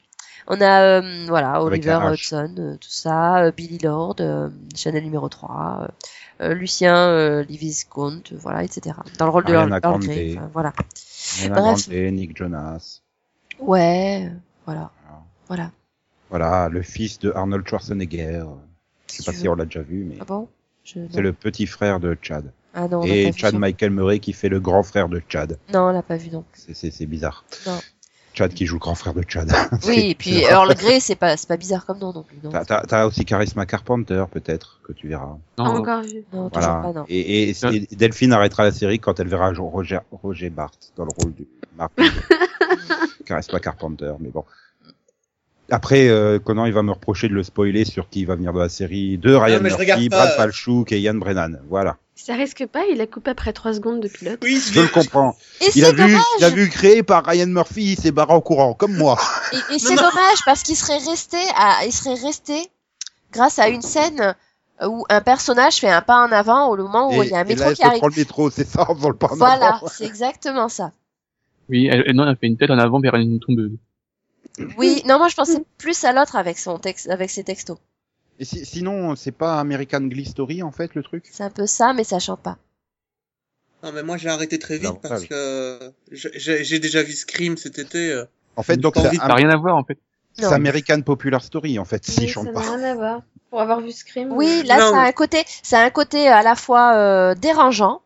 On a voilà Avec Oliver un H. Hudson, tout ça, Billy Lord, Chanel numéro 3, Lucien Liviscount, voilà, etc. Dans le rôle de Ariana Earl Grande. Grey, enfin, voilà. Ariana Bref. Grande, Nick Jonas. Ouais, voilà. Voilà, le fils de Arnold Schwarzenegger. Je sais pas tu si veux. on l'a déjà vu, mais Ah bon? c'est le petit frère de Chad. Ah non, on l'a Et pas vu, Chad ça. Michael Murray qui fait le grand frère de Chad. Non, on l'a pas vu donc. C'est bizarre. Non. Chad qui joue le grand frère de Chad. Oui, et puis Earl Grey, c'est pas bizarre comme nom non plus. Non, T'as aussi Charisma Carpenter, peut-être, que tu verras. Pas Non, encore vu. non toujours Voilà. pas, non. Et Delphine arrêtera la série quand elle verra Roger Barthes dans le rôle du Mark. Charisma Carpenter, mais bon. Après, Conan, il va me reprocher de le spoiler sur qui va venir dans la série de Ryan mais je Murphy, regarde pas. Brad Falchuk et Ian Brennan. Voilà. Ça risque pas, il a coupé après 3 secondes de pilote. Oui, Je le comprends. Et Il a c'est vu créé par Ryan Murphy, il s'est barré en courant, comme moi. Et c'est dommage parce qu'il serait resté grâce à une scène où un personnage fait un pas en avant au moment où il y a un métro et là, qui arrive. prend le métro, c'est ça, en faisant le pas en Voilà, avant. c'est exactement ça. oui, elle a fait une tête en avant vers une tombeuse. Oui, non, moi je pensais plus à l'autre avec son texte, avec ses textos. Et sinon, c'est pas American Glee Story, en fait, le truc? C'est un peu ça, mais ça chante pas. Non, mais moi j'ai arrêté très vite Non, parce oui. que j'ai déjà vu Scream cet été. En fait, donc, Pas c'est envie Ça n'a rien à voir, en fait. Non. American Popular Story, en fait, s'il Oui, ça chante n'a pas. rien à voir. Pour avoir vu Scream. Oui, là Non, ça a mais- un côté à la fois dérangeant,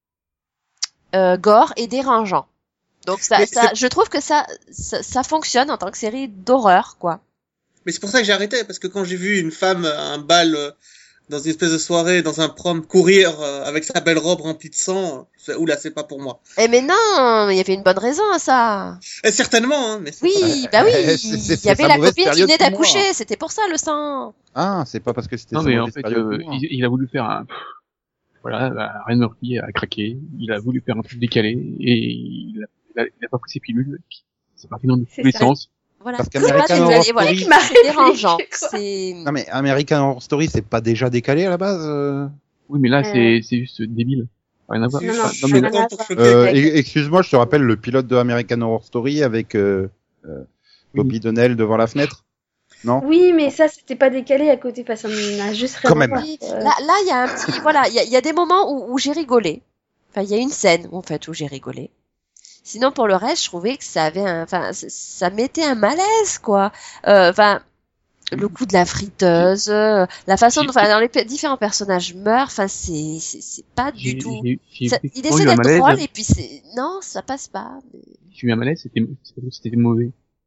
gore et dérangeant. Donc Mais je trouve que ça fonctionne en tant que série d'horreur, quoi. Mais c'est pour ça que j'ai arrêté, parce que quand j'ai vu une femme à un bal dans une espèce de soirée, dans un prom, courir avec sa belle robe remplie de sang, oula, c'est pas pour moi. Eh mais non, il y avait une bonne raison à ça. Certainement, hein, mais c'est Oui, bah oui, C'est il y avait sa la mauvaise copine qui période venait pour moi. d'accoucher, c'était pour ça le sang. Ah, c'est pas parce que c'était Non, sa mais en mauvaise fait, période pour moi. il a voulu faire un... Voilà, Ryan Murphy a craqué, il a voulu faire un truc décalé, et il a pas pris ses pilules, c'est parti dans tous C'est les ça. sens. Voilà. Parce qu'American Voilà, Horror et voilà, Story- c'est dérangeant. Quoi. C'est Non, mais American Horror Story, c'est pas déjà décalé à la base? Oui, mais là, c'est juste débile. Rien à voir. Non, non, Enfin, mais rien à pour voir. choquer. Excuse-moi, je te rappelle le pilote de American Horror Story avec Bobby Donnell devant la fenêtre. Non? Oui, mais ça, c'était pas décalé à côté, parce qu'on a juste rien Quand à même. voir. Oui, là, il y a un petit, voilà, il y a des moments où j'ai rigolé. Enfin, il y a une scène, en fait, où j'ai rigolé. Sinon, pour le reste, je trouvais que ça avait ça mettait un malaise, quoi. Enfin, le coup de la friteuse, la façon dont, dans les différents personnages meurent, enfin, c'est pas du tout. Il essaie d'être drôle, et puis non, ça passe pas. Mais... J'ai eu un malaise, c'était mauvais.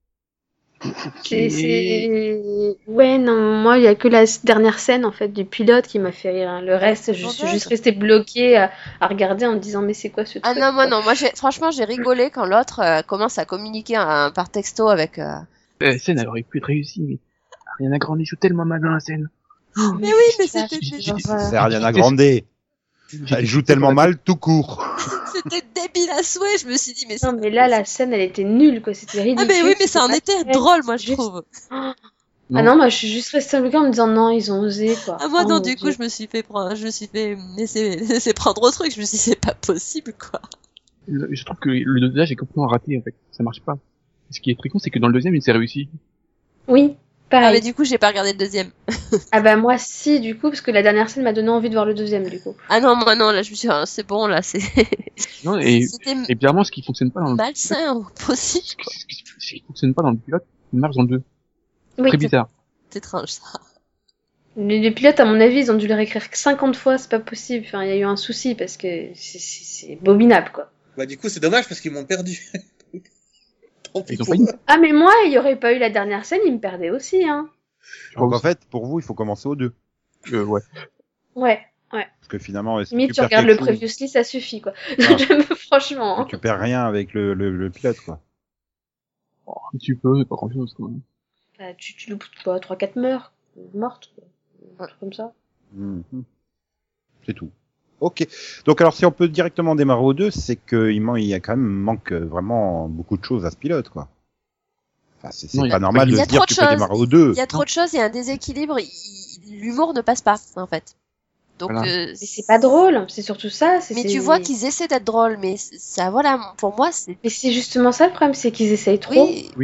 Ouais, non, moi, il y a que la dernière scène, en fait, du pilote qui m'a fait rire. Hein. Le reste, je suis juste restée bloquée à regarder en me disant, mais c'est quoi ce truc? Ah non, moi, non, moi, franchement, j'ai rigolé quand l'autre commence à communiquer par texto avec... La scène, elle aurait pu être réussie, mais Ariana Grande joue tellement mal dans la scène. Mais oui, mais c'était... C'est Ariana Grande. Elle joue tellement mal, tout court. C'était débile à souhait, je me suis dit, mais Non, mais là, la scène, elle était nulle, quoi. C'était ridicule. Ah, mais oui, mais ça en était drôle, moi, je Juste- trouve. Ah non, moi, je suis juste restée bloquée en me disant, non, ils ont osé, quoi. Ah, moi, Oh, non, mon du coup, Dieu. je me suis fait laisser prendre au truc. Je me suis dit, c'est pas possible, quoi. Je trouve que le dosage est complètement raté, en fait. Ça marche pas. Ce qui est très con, c'est que dans le deuxième, il s'est réussi. Oui, Ah, pareil. mais du coup, j'ai pas regardé le deuxième. Ah bah moi si du coup parce que la dernière scène m'a donné envie de voir le deuxième du coup. Ah non, moi non, là, je me suis dit, ah, c'est bon, là, Non, et c'était bizarrement, ce qui fonctionne pas dans le malsain au possible, quoi. ce qui fonctionne pas dans le pilote, il marche dans le 2. Oui, Très bizarre. C'est étrange, ça. les pilotes à mon avis ils ont dû le réécrire 50 fois, c'est pas possible. Enfin il y a eu un souci parce que c'est abominable quoi. Bah du coup c'est dommage parce qu'ils m'ont perdu. Tant pis Ils ont pour pas une... eux. Ah mais moi il y aurait pas eu la dernière scène, il me perdait aussi hein. Donc en fait, pour vous, il faut commencer au 2. ouais. Ouais. Parce que finalement, si Limite tu perds regardes le quelque chose, previously ça suffit quoi. Ah. Franchement. Hein. tu perds rien avec le pilote, quoi. Oh, un petit peu, mais pas grand chose, quand même. Bah, tu loupes pas 3-4 mortes quoi. Un truc comme ça. Mhm. C'est tout. Ok. Donc alors, si on peut directement démarrer au 2, c'est qu'il y a quand même manque vraiment beaucoup de choses à ce pilote, quoi. Enfin, c'est Non, il y pas a- normal il de y se a dire trop que tu de peux choses. démarrer au 2. Il y a trop de choses, il y a un déséquilibre, l'humour ne passe pas, en fait. Donc, Voilà. Mais c'est pas drôle, c'est surtout ça. mais tu vois qu'ils essaient d'être drôles, mais ça, voilà, pour moi, c'est... Mais c'est justement ça le problème, c'est qu'ils essayent trop. Oui, Oui.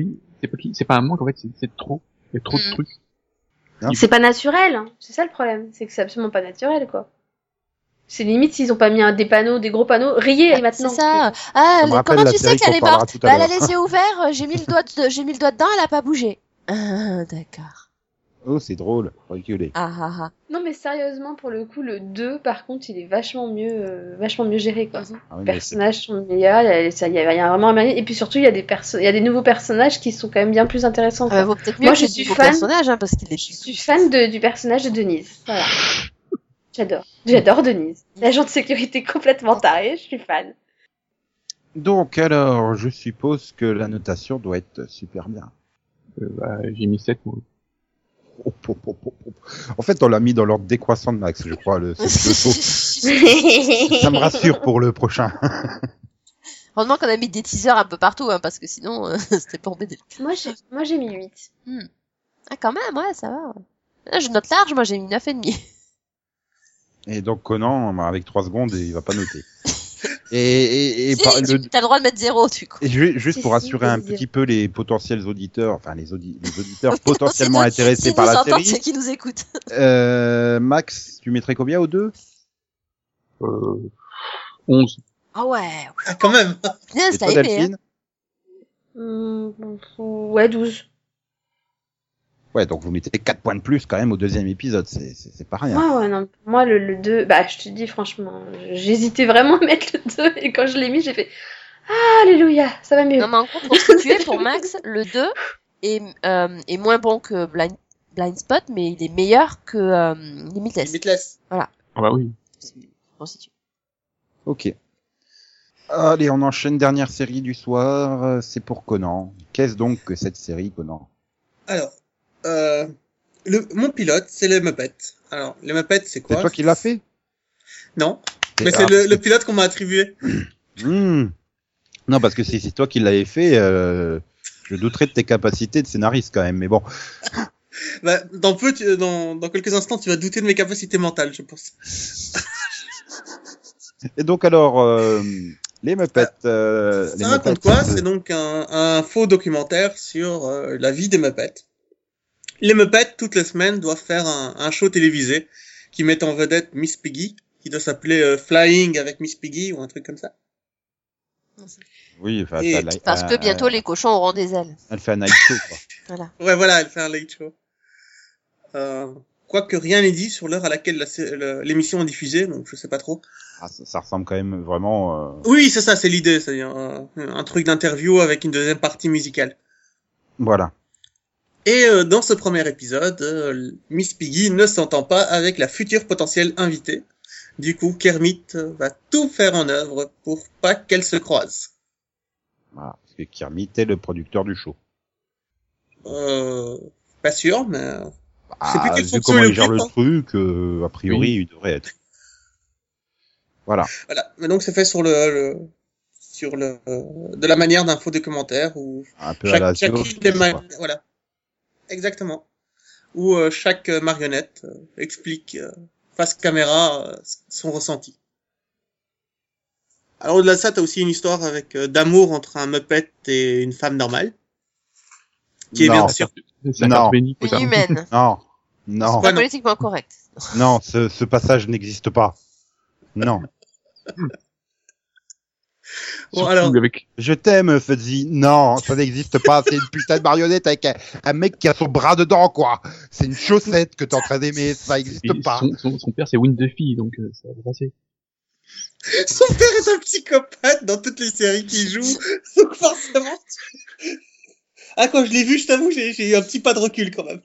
c'est pas un manque, en fait, c'est trop. Il y a trop de trucs. C'est pas naturel, hein. C'est ça le problème. C'est que c'est absolument pas naturel, quoi. C'est limite s'ils ont pas mis des panneaux, des gros panneaux. Riez maintenant. C'est ça. Comment tu sais qu'elle est morte? Elle a les yeux ouverts, j'ai mis le doigt dedans, elle a pas bougé. D'accord. Oh, c'est drôle. Reculez. Non, mais sérieusement, pour le coup, le 2, par contre, il est vachement mieux géré, quoi. Les personnages sont meilleurs, il y a vraiment un manière. Et puis surtout, il y a des nouveaux personnages qui sont quand même bien plus intéressants. Vaut peut-être mieux. Moi, je suis fan. Parce qu'il est. Je suis fan du personnage de Denise. Voilà. J'adore Denise. L'agent de sécurité complètement taré, je suis fan. Donc, alors, je suppose que la notation doit être super bien. J'ai mis 7 mots. En fait, on l'a mis dans l'ordre décroissant de Max, je crois, le ça me rassure pour le prochain. Heureusement qu'on a mis des teasers un peu partout, hein, parce que sinon, c'était pas embêté. Moi, j'ai mis 8. Ah, quand même, ouais, ça va. Là, je note large, moi, j'ai mis 9,5. Et donc, Conan, avec 3 secondes, il va pas noter. T'as le droit de mettre 0, du coup. Et juste pour rassurer un petit peu les potentiels auditeurs, enfin les auditeurs potentiellement intéressés par la série. Ceux qui nous écoutent. Max, tu mettrais combien au 2? 11. Ah ouais. Ah, quand même. Et toi, Delphine? Ouais, 12. Ouais, donc vous mettez 4 points de plus quand même au deuxième épisode, c'est pas rien. Ouais, non. Moi, le 2, je te dis franchement, j'hésitais vraiment à mettre le 2, et quand je l'ai mis, j'ai fait alléluia, ça va mieux. Non, mais en gros, pour situer, pour Max, le 2 est moins bon que Blind Spot, mais il est meilleur que Limitless. Limitless. Voilà. Ah bah oui. Pour situer. Ok. Allez, on enchaîne, dernière série du soir, c'est pour Conan. Qu'est-ce donc que cette série, Conan? Alors, mon pilote, c'est les Muppets. Alors, les Muppets, c'est quoi? C'est toi qui l'as fait? Non. Mais c'est le pilote qu'on m'a attribué. Non, parce que si c'est toi qui l'avais fait, je douterais de tes capacités de scénariste quand même, mais bon. Dans quelques instants, tu vas douter de mes capacités mentales, je pense. Et donc alors, les Muppets. Ça raconte quoi? C'est donc un faux documentaire sur la vie des Muppets. Les Muppets, toutes les semaines, doivent faire un show télévisé qui met en vedette Miss Piggy, qui doit s'appeler Flying avec Miss Piggy ou un truc comme ça. Oui, parce que bientôt les cochons auront des ailes. Elle fait un night show, quoi. Voilà. Ouais, voilà, elle fait un late show. Quoique rien n'est dit sur l'heure à laquelle l'émission est diffusée, donc je sais pas trop. Ça ressemble quand même vraiment... Oui, c'est ça, c'est l'idée, c'est-à-dire un truc d'interview avec une deuxième partie musicale. Voilà. Et dans ce premier épisode, Miss Piggy ne s'entend pas avec la future potentielle invitée. Du coup, Kermit va tout faire en œuvre pour pas qu'elle se croise. Voilà, parce que Kermit est le producteur du show. Pas sûr, mais... vu comment il gère le truc, a priori, il devrait être. Voilà. Voilà. Mais donc c'est fait sur de la manière d'un faux documentaire où un peu à la voilà. Exactement. Où chaque marionnette explique face caméra son ressenti. Alors au-delà de ça, t'as aussi une histoire avec d'amour entre un Muppet et une femme normale. Qui est bien sûr. Non. Une humaine. Non. C'est pas politiquement correct. Non, ce passage n'existe pas. Non. Bon, alors... Je t'aime, Fuzzy. Non, ça n'existe pas. C'est une putain de marionnette avec un mec qui a son bras dedans, quoi. C'est une chaussette que t'es en train d'aimer. Ça n'existe pas. Son père, c'est Win Duffy, donc ça va passer. Son père est un psychopathe dans toutes les séries qu'il joue. Donc forcément... quand je l'ai vu, je t'avoue, j'ai eu un petit pas de recul quand même.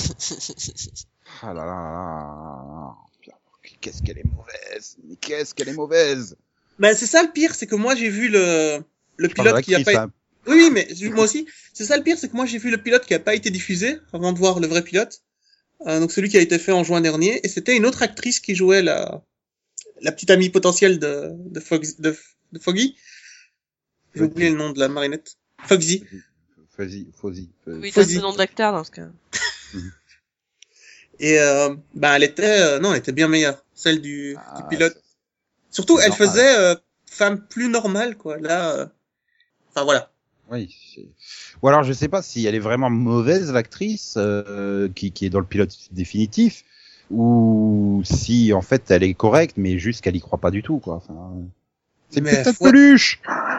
Ah là là. Qu'est-ce qu'elle est mauvaise. Mais qu'est-ce qu'elle est mauvaise. Ben, c'est ça le pire, c'est que moi j'ai vu le pilote qui a pas... Oui, mais moi aussi. C'est ça le pire, c'est que moi j'ai vu le pilote qui a pas été diffusé avant de voir le vrai pilote. Donc celui qui a été fait en juin dernier. Et c'était une autre actrice qui jouait la petite amie potentielle de Foggy. J'ai oublié le nom de la marionnette. Foxy. Fuzzy. Oui, c'est le nom de l'acteur dans ce cas. Et elle était bien meilleure, celle du pilote. Surtout, elle faisait femme plus normale, quoi. Là, enfin voilà. Oui. Ou alors je sais pas si elle est vraiment mauvaise l'actrice qui est dans le pilote définitif, ou si en fait elle est correcte mais juste qu'elle y croit pas du tout quoi. Enfin, c'est peut-être peluche.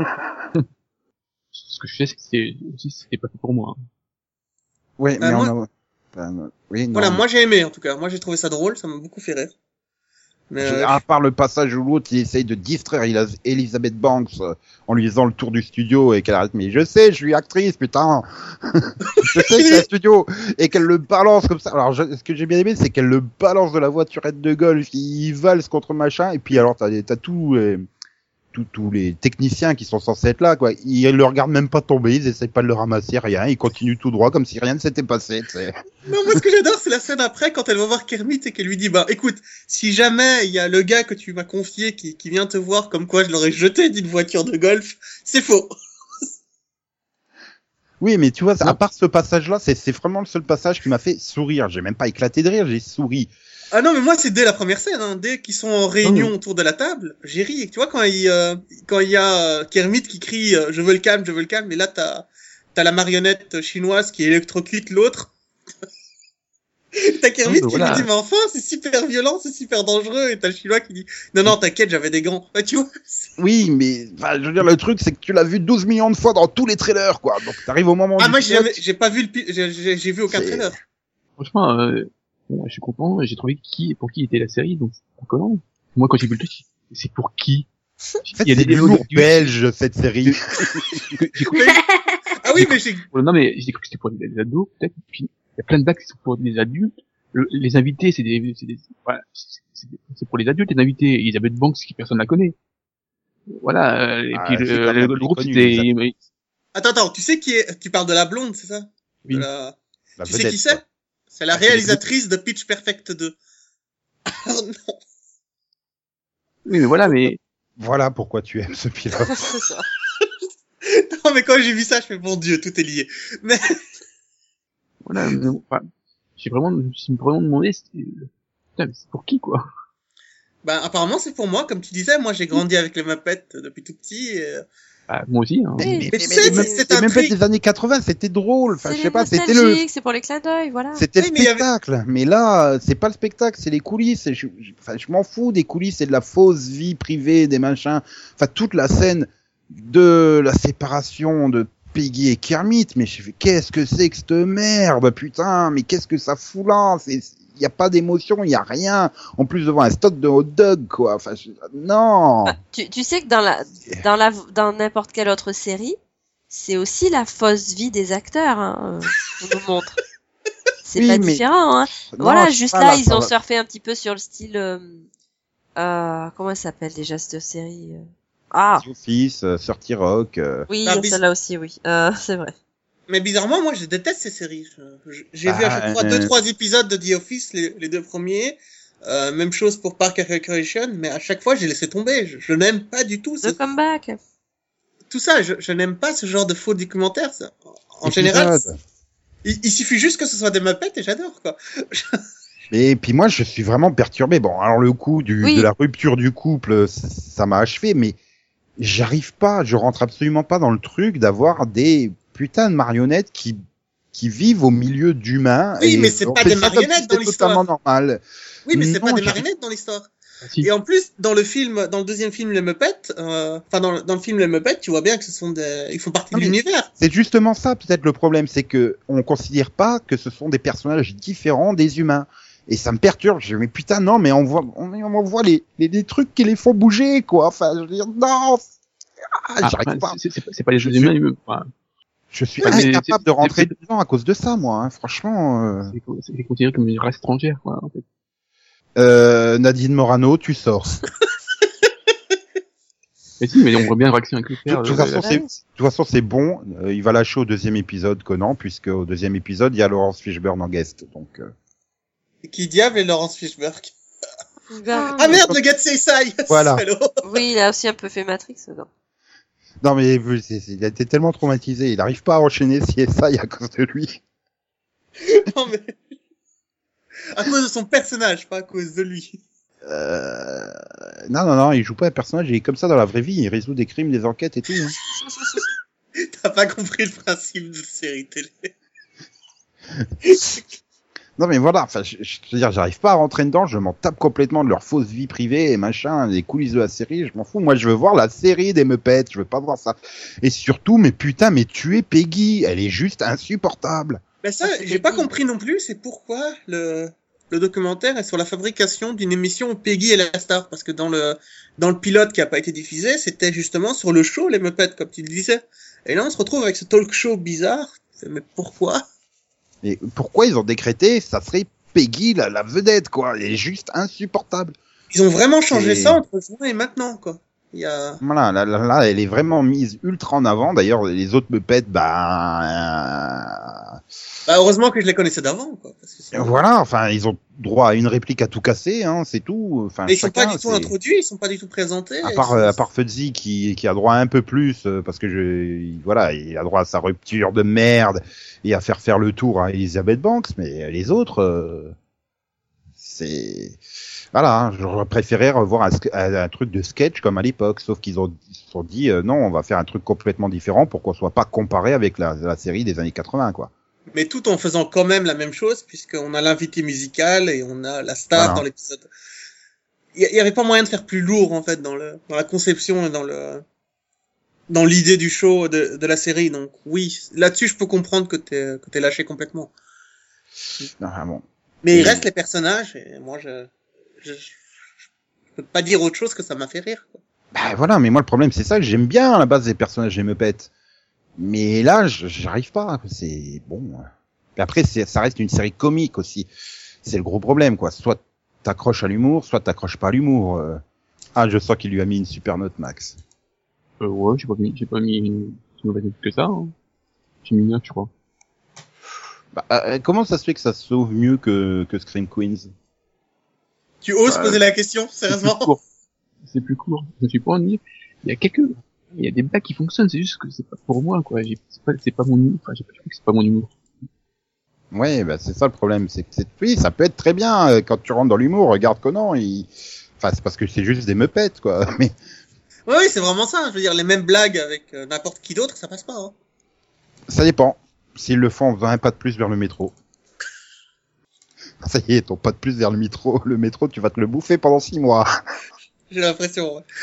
Ce que je sais, c'est que c'était pas fait pour moi. Oui, mais moi... oui, non. Voilà, moi j'ai aimé en tout cas. Moi j'ai trouvé ça drôle, ça m'a beaucoup fait rire. Mais à part le passage où l'autre il essaye de distraire Elizabeth Banks en lui faisant le tour du studio et qu'elle arrête, mais je sais, je suis actrice, putain. Je sais que c'est un studio, et qu'elle le balance comme ça. Alors ce que j'ai bien aimé, c'est qu'elle le balance de la voiturette de golf, il valse contre machin, et puis alors t'as tous les techniciens qui sont censés être là, quoi. Ils le regardent même pas tomber, ils essayent pas de le ramasser, rien, ils continuent tout droit comme si rien ne s'était passé, tu sais. Non, moi ce que j'adore, c'est la scène après quand elle va voir Kermit et qu'elle lui dit, bah écoute, si jamais il y a le gars que tu m'as confié qui vient te voir comme quoi je l'aurais jeté d'une voiture de golf, c'est faux. Oui, mais tu vois, à part ce passage-là, c'est vraiment le seul passage qui m'a fait sourire. J'ai même pas éclaté de rire, j'ai souri. Ah non, mais moi c'est dès la première scène, hein, dès qu'ils sont en réunion autour de la table, j'ai ri. Tu vois quand il y a Kermit qui crie je veux le calme, et là t'as la marionnette chinoise qui électrocute l'autre. T'as Kermit qui lui dit mais enfin c'est super violent, c'est super dangereux, et t'as le chinois qui dit non t'inquiète, j'avais des gants. Ouais, tu vois. Oui, mais enfin, je veux dire, le truc c'est que tu l'as vu 12 millions de fois dans tous les trailers, quoi. Donc t'arrives au moment. Ah moi j'ai pas vu j'ai vu aucun trailer. Franchement, bon, je suis content, j'ai trouvé pour qui était la série, donc c'est pas comment. Moi quand j'ai vu le truc, c'est pour qui? En fait, il y a des lourds belges cette série. Ah oui, mais non mais j'ai cru que c'était pour des ados peut-être. Puis il y a plein de blagues qui sont pour des adultes. Les invités, c'est pour les adultes, les invités. Elizabeth Banks, qui personne la connaît. Voilà. Et puis le groupe, c'était. Attends, tu sais tu parles de la blonde, c'est ça? Oui. Tu sais qui c'est? C'est la réalisatrice de Pitch Perfect 2. Oh non. Oui, mais voilà pourquoi tu aimes ce pilote. C'est ça. Non, mais quand j'ai vu ça, je fais mon Dieu, tout est lié. Mais voilà, je me suis vraiment demandé, putain, mais c'est pour qui, quoi? Ben, apparemment, c'est pour moi. Comme tu disais, moi, j'ai grandi avec les Muppets depuis tout petit. Moi aussi, hein. Mais c'est un Muppets des années 80, c'était drôle. Enfin, je sais pas, c'était c'est pour les clins d'œil, voilà. C'était le spectacle. Mais là, c'est pas le spectacle, c'est les coulisses. Je m'en fous des coulisses et de la fausse vie privée, des machins. Enfin, toute la scène de la séparation de Peggy et Kermit, mais je fais, qu'est-ce que c'est que cette merde, putain, mais qu'est-ce que ça fout là? Il y a pas d'émotion, il y a rien. En plus devant un stock de hot dog, quoi. Enfin, non. Tu sais que dans n'importe quelle autre série, c'est aussi la fausse vie des acteurs, hein, qu'on nous montre. C'est pas différent, hein. Non, voilà, juste là, ils ont surfé un petit peu sur le style, comment elle s'appelle déjà cette série? The Office, 30 Rock. Oui, celle-là aussi, oui. C'est vrai. Mais bizarrement, moi, je déteste ces séries. J'ai vu à chaque fois 2-3 épisodes de The Office, les deux premiers. Même chose pour Parks and Recreation, mais à chaque fois, j'ai laissé tomber. Je n'aime pas du tout. The Comeback. Tout ça, je n'aime pas ce genre de faux documentaires. Ça. En général, il suffit juste que ce soit des Muppets et j'adore, quoi. Et puis moi, je suis vraiment perturbé. Bon, alors le coup de la rupture du couple, ça m'a achevé, mais j'arrive pas, je rentre absolument pas dans le truc d'avoir des putains de marionnettes qui vivent au milieu d'humains. Oui, mais c'est pas des marionnettes dans l'histoire. C'est totalement normal. Oui, mais c'est pas des marionnettes dans l'histoire. Et en plus, dans le deuxième film Les Muppets, dans le film Les Muppets, tu vois bien que ils font partie de l'univers. C'est justement ça, peut-être le problème, c'est que on considère pas que ce sont des personnages différents des humains. Et ça me perturbe. Je dis, mais putain, non, mais on voit les trucs qui les font bouger, quoi. Enfin, je veux dire, non! J'arrive pas. C'est pas les jeux humains, je suis incapable de rentrer dedans à cause de ça, moi, hein. Franchement. C'est considéré comme une race étrangère, quoi, en fait. Nadine Morano, tu sors. Mais si, mais on voit bien la réaction avec le père. De toute façon, c'est bon. Il va lâcher au deuxième épisode Conan, puisque au deuxième épisode, il y a Laurence Fishburne en guest, donc. Qui diable est Laurence Fishburne? Ah merde, le gars de CSI! Voilà. Oui, il a aussi un peu fait Matrix, non? Non, mais il a été tellement traumatisé, il n'arrive pas à enchaîner CSI à cause de lui. Non, mais... à cause de son personnage, pas à cause de lui. Non, il joue pas un personnage, il est comme ça dans la vraie vie, il résout des crimes, des enquêtes et tout. Hein. T'as pas compris le principe de série télé. Non mais voilà, enfin, je veux dire, j'arrive pas à rentrer dedans, je m'en tape complètement de leur fausse vie privée et machin, les coulisses de la série, je m'en fous. Moi, je veux voir la série des Muppets, je veux pas voir ça. Et surtout, mais putain, mais tuer Peggy, elle est juste insupportable. Ben ça, j'ai pas compris non plus, c'est pourquoi le documentaire est sur la fabrication d'une émission où Peggy est la star, parce que dans le pilote qui a pas été diffusé, c'était justement sur le show Les Muppets, comme tu le disais. Et là, on se retrouve avec ce talk show bizarre. Mais pourquoi? Et pourquoi ils ont décrété, ça serait Peggy, la vedette, quoi. Elle est juste insupportable. Ils ont vraiment changé ça entre juin et maintenant, quoi. Voilà, là, elle est vraiment mise ultra en avant. D'ailleurs, les autres Muppets, heureusement que je les connaissais d'avant, quoi. Parce que sinon... Voilà, enfin, ils ont droit à une réplique à tout casser, hein, c'est tout. Enfin, mais ils sont pas du tout introduits, ils sont pas du tout présentés. À part Fuzzy qui a droit à un peu plus, parce que il a droit à sa rupture de merde et à faire le tour à Elizabeth Banks, mais les autres, c'est... Voilà, hein, j'aurais préféré revoir un truc de sketch comme à l'époque, sauf qu'ils se sont dit, non, on va faire un truc complètement différent pour qu'on soit pas comparé avec la série des années 80, quoi. Mais tout en faisant quand même la même chose, puisqu'on a l'invité musical et on a la star dans l'épisode. Il y avait pas moyen de faire plus lourd, en fait, dans la conception et dans l'idée du show de la série. Donc, oui, là-dessus, je peux comprendre que t'es lâché complètement. Non, bon. Mais il reste les personnages, et moi, je peux pas dire autre chose que ça m'a fait rire, quoi. Bah voilà, mais moi le problème c'est ça, que j'aime bien à la base des personnages des Muppets. Mais là, j'arrive pas, c'est bon. Et après ça reste une série comique aussi. C'est le gros problème, quoi. Soit t'accroches à l'humour, soit t'accroches pas à l'humour. Ah, je sens qu'il lui a mis une super note, Max. Ouais, j'ai pas mis une mauvaise note que ça, hein. J'ai mis une note, je crois. Bah, comment ça se fait que ça sauve mieux que Scream Queens? Tu oses poser la question, sérieusement? C'est plus court. Je suis pas ennuyé. Il y a des blagues qui fonctionnent, c'est juste que c'est pas pour moi, quoi. C'est pas mon humour. Enfin, j'ai pas trouvé que c'est pas mon humour. Ouais, bah, c'est ça le problème. Oui, ça peut être très bien, quand tu rentres dans l'humour. Regarde Conan, enfin, c'est parce que c'est juste des Muppets, quoi. Mais. Oui, c'est vraiment ça. Je veux dire, les mêmes blagues avec n'importe qui d'autre, ça passe pas, hein. Ça dépend. S'ils le font en faisant un pas de plus vers le métro. Ça y est, ton pas de plus vers le métro, tu vas te le bouffer pendant 6 mois. J'ai l'impression, ouais.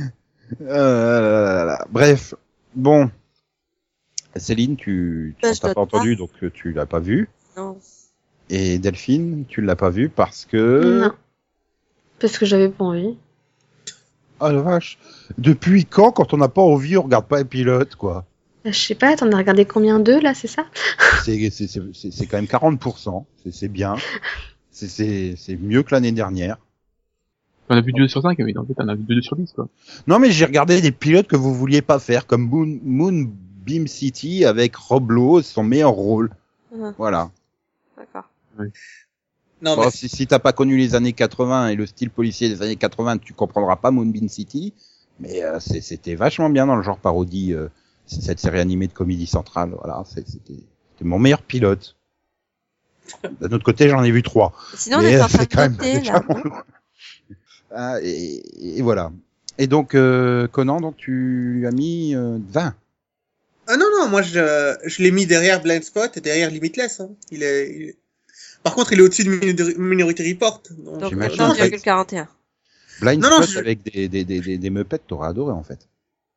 Bref, bon. Céline, tu t'as pas entendu, donc tu l'as pas vu. Non. Et Delphine, tu l'as pas vu parce que... Non. Parce que j'avais pas envie. Ah la vache. Depuis quand on n'a pas envie, on regarde pas les pilotes, quoi. Je sais pas, t'en as regardé combien d'eux, là, c'est ça? C'est quand même 40%. C'est bien. C'est mieux que l'année dernière. On a vu 2 sur 5, mais en fait, on a vu 2 sur 10, quoi. Non, mais j'ai regardé des pilotes que vous vouliez pas faire, comme Moonbeam City avec Rob Lowe, son meilleur rôle. Voilà. D'accord. Oui. Non, Bon, mais... si t'as pas connu les années 80 et le style policier des années 80, tu comprendras pas Moonbeam City. Mais c'était vachement bien dans le genre parodie, cette série animée de Comédie Centrale. Voilà, c'était mon meilleur pilote. D'un autre côté, j'en ai vu 3. Sinon, on est en train de noter, là. Ah, et voilà. Et donc, Conan, donc tu as mis 20. Ah non, moi je l'ai mis derrière Blind Spot et derrière Limitless. Hein. Par contre, il est au-dessus de Minority Report. Donc 9,41. Blind Spot avec des Muppets, t'aurais adoré en fait.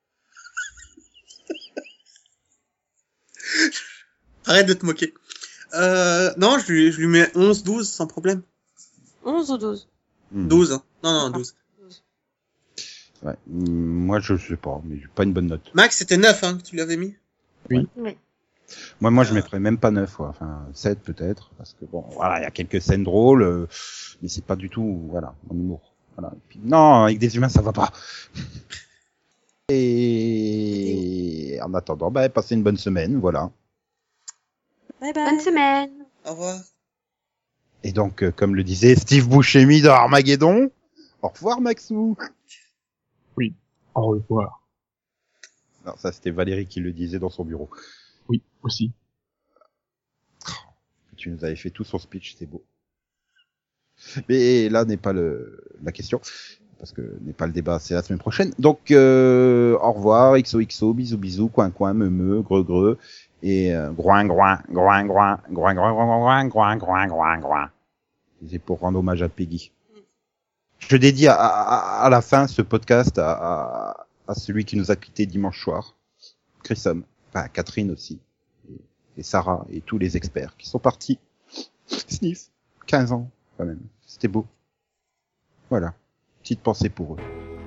Arrête de te moquer. Non, je lui mets 11-12 sans problème. 11 ou 12 12. Hein. Non, 12. Ouais. Moi, je sais pas, mais j'ai pas une bonne note. Max, c'était 9 hein, que tu lui avais mis. Oui. Oui. Moi, je mettrais même pas 9, quoi. Enfin, 7 peut-être, parce que bon, voilà, il y a quelques scènes drôles, mais c'est pas du tout, voilà, mon humour. Voilà. Et puis, non, avec des humains, ça va pas. Et en attendant, passez une bonne semaine, voilà. Bye bye. Bonne semaine. Au revoir. Et donc, comme le disait Steve Buscemi dans Armageddon, au revoir Maxou. Oui, au revoir. Non, ça c'était Valérie qui le disait dans son bureau. Oui, aussi. Tu nous avais fait tout son speech, c'est beau. Mais là n'est pas la question. parce que n'est pas le débat, c'est la semaine prochaine. Donc au revoir, XOXO, bisous bisous, coin coin, me, greu et groin. C'est pour rendre hommage à Peggy. Je dédie à la fin ce podcast à celui qui nous a quittés dimanche soir, Grissom, enfin Catherine aussi, et Sarah et tous les experts qui sont partis. Sniff, 15 ans quand même, c'était beau. Voilà, petite pensée pour eux.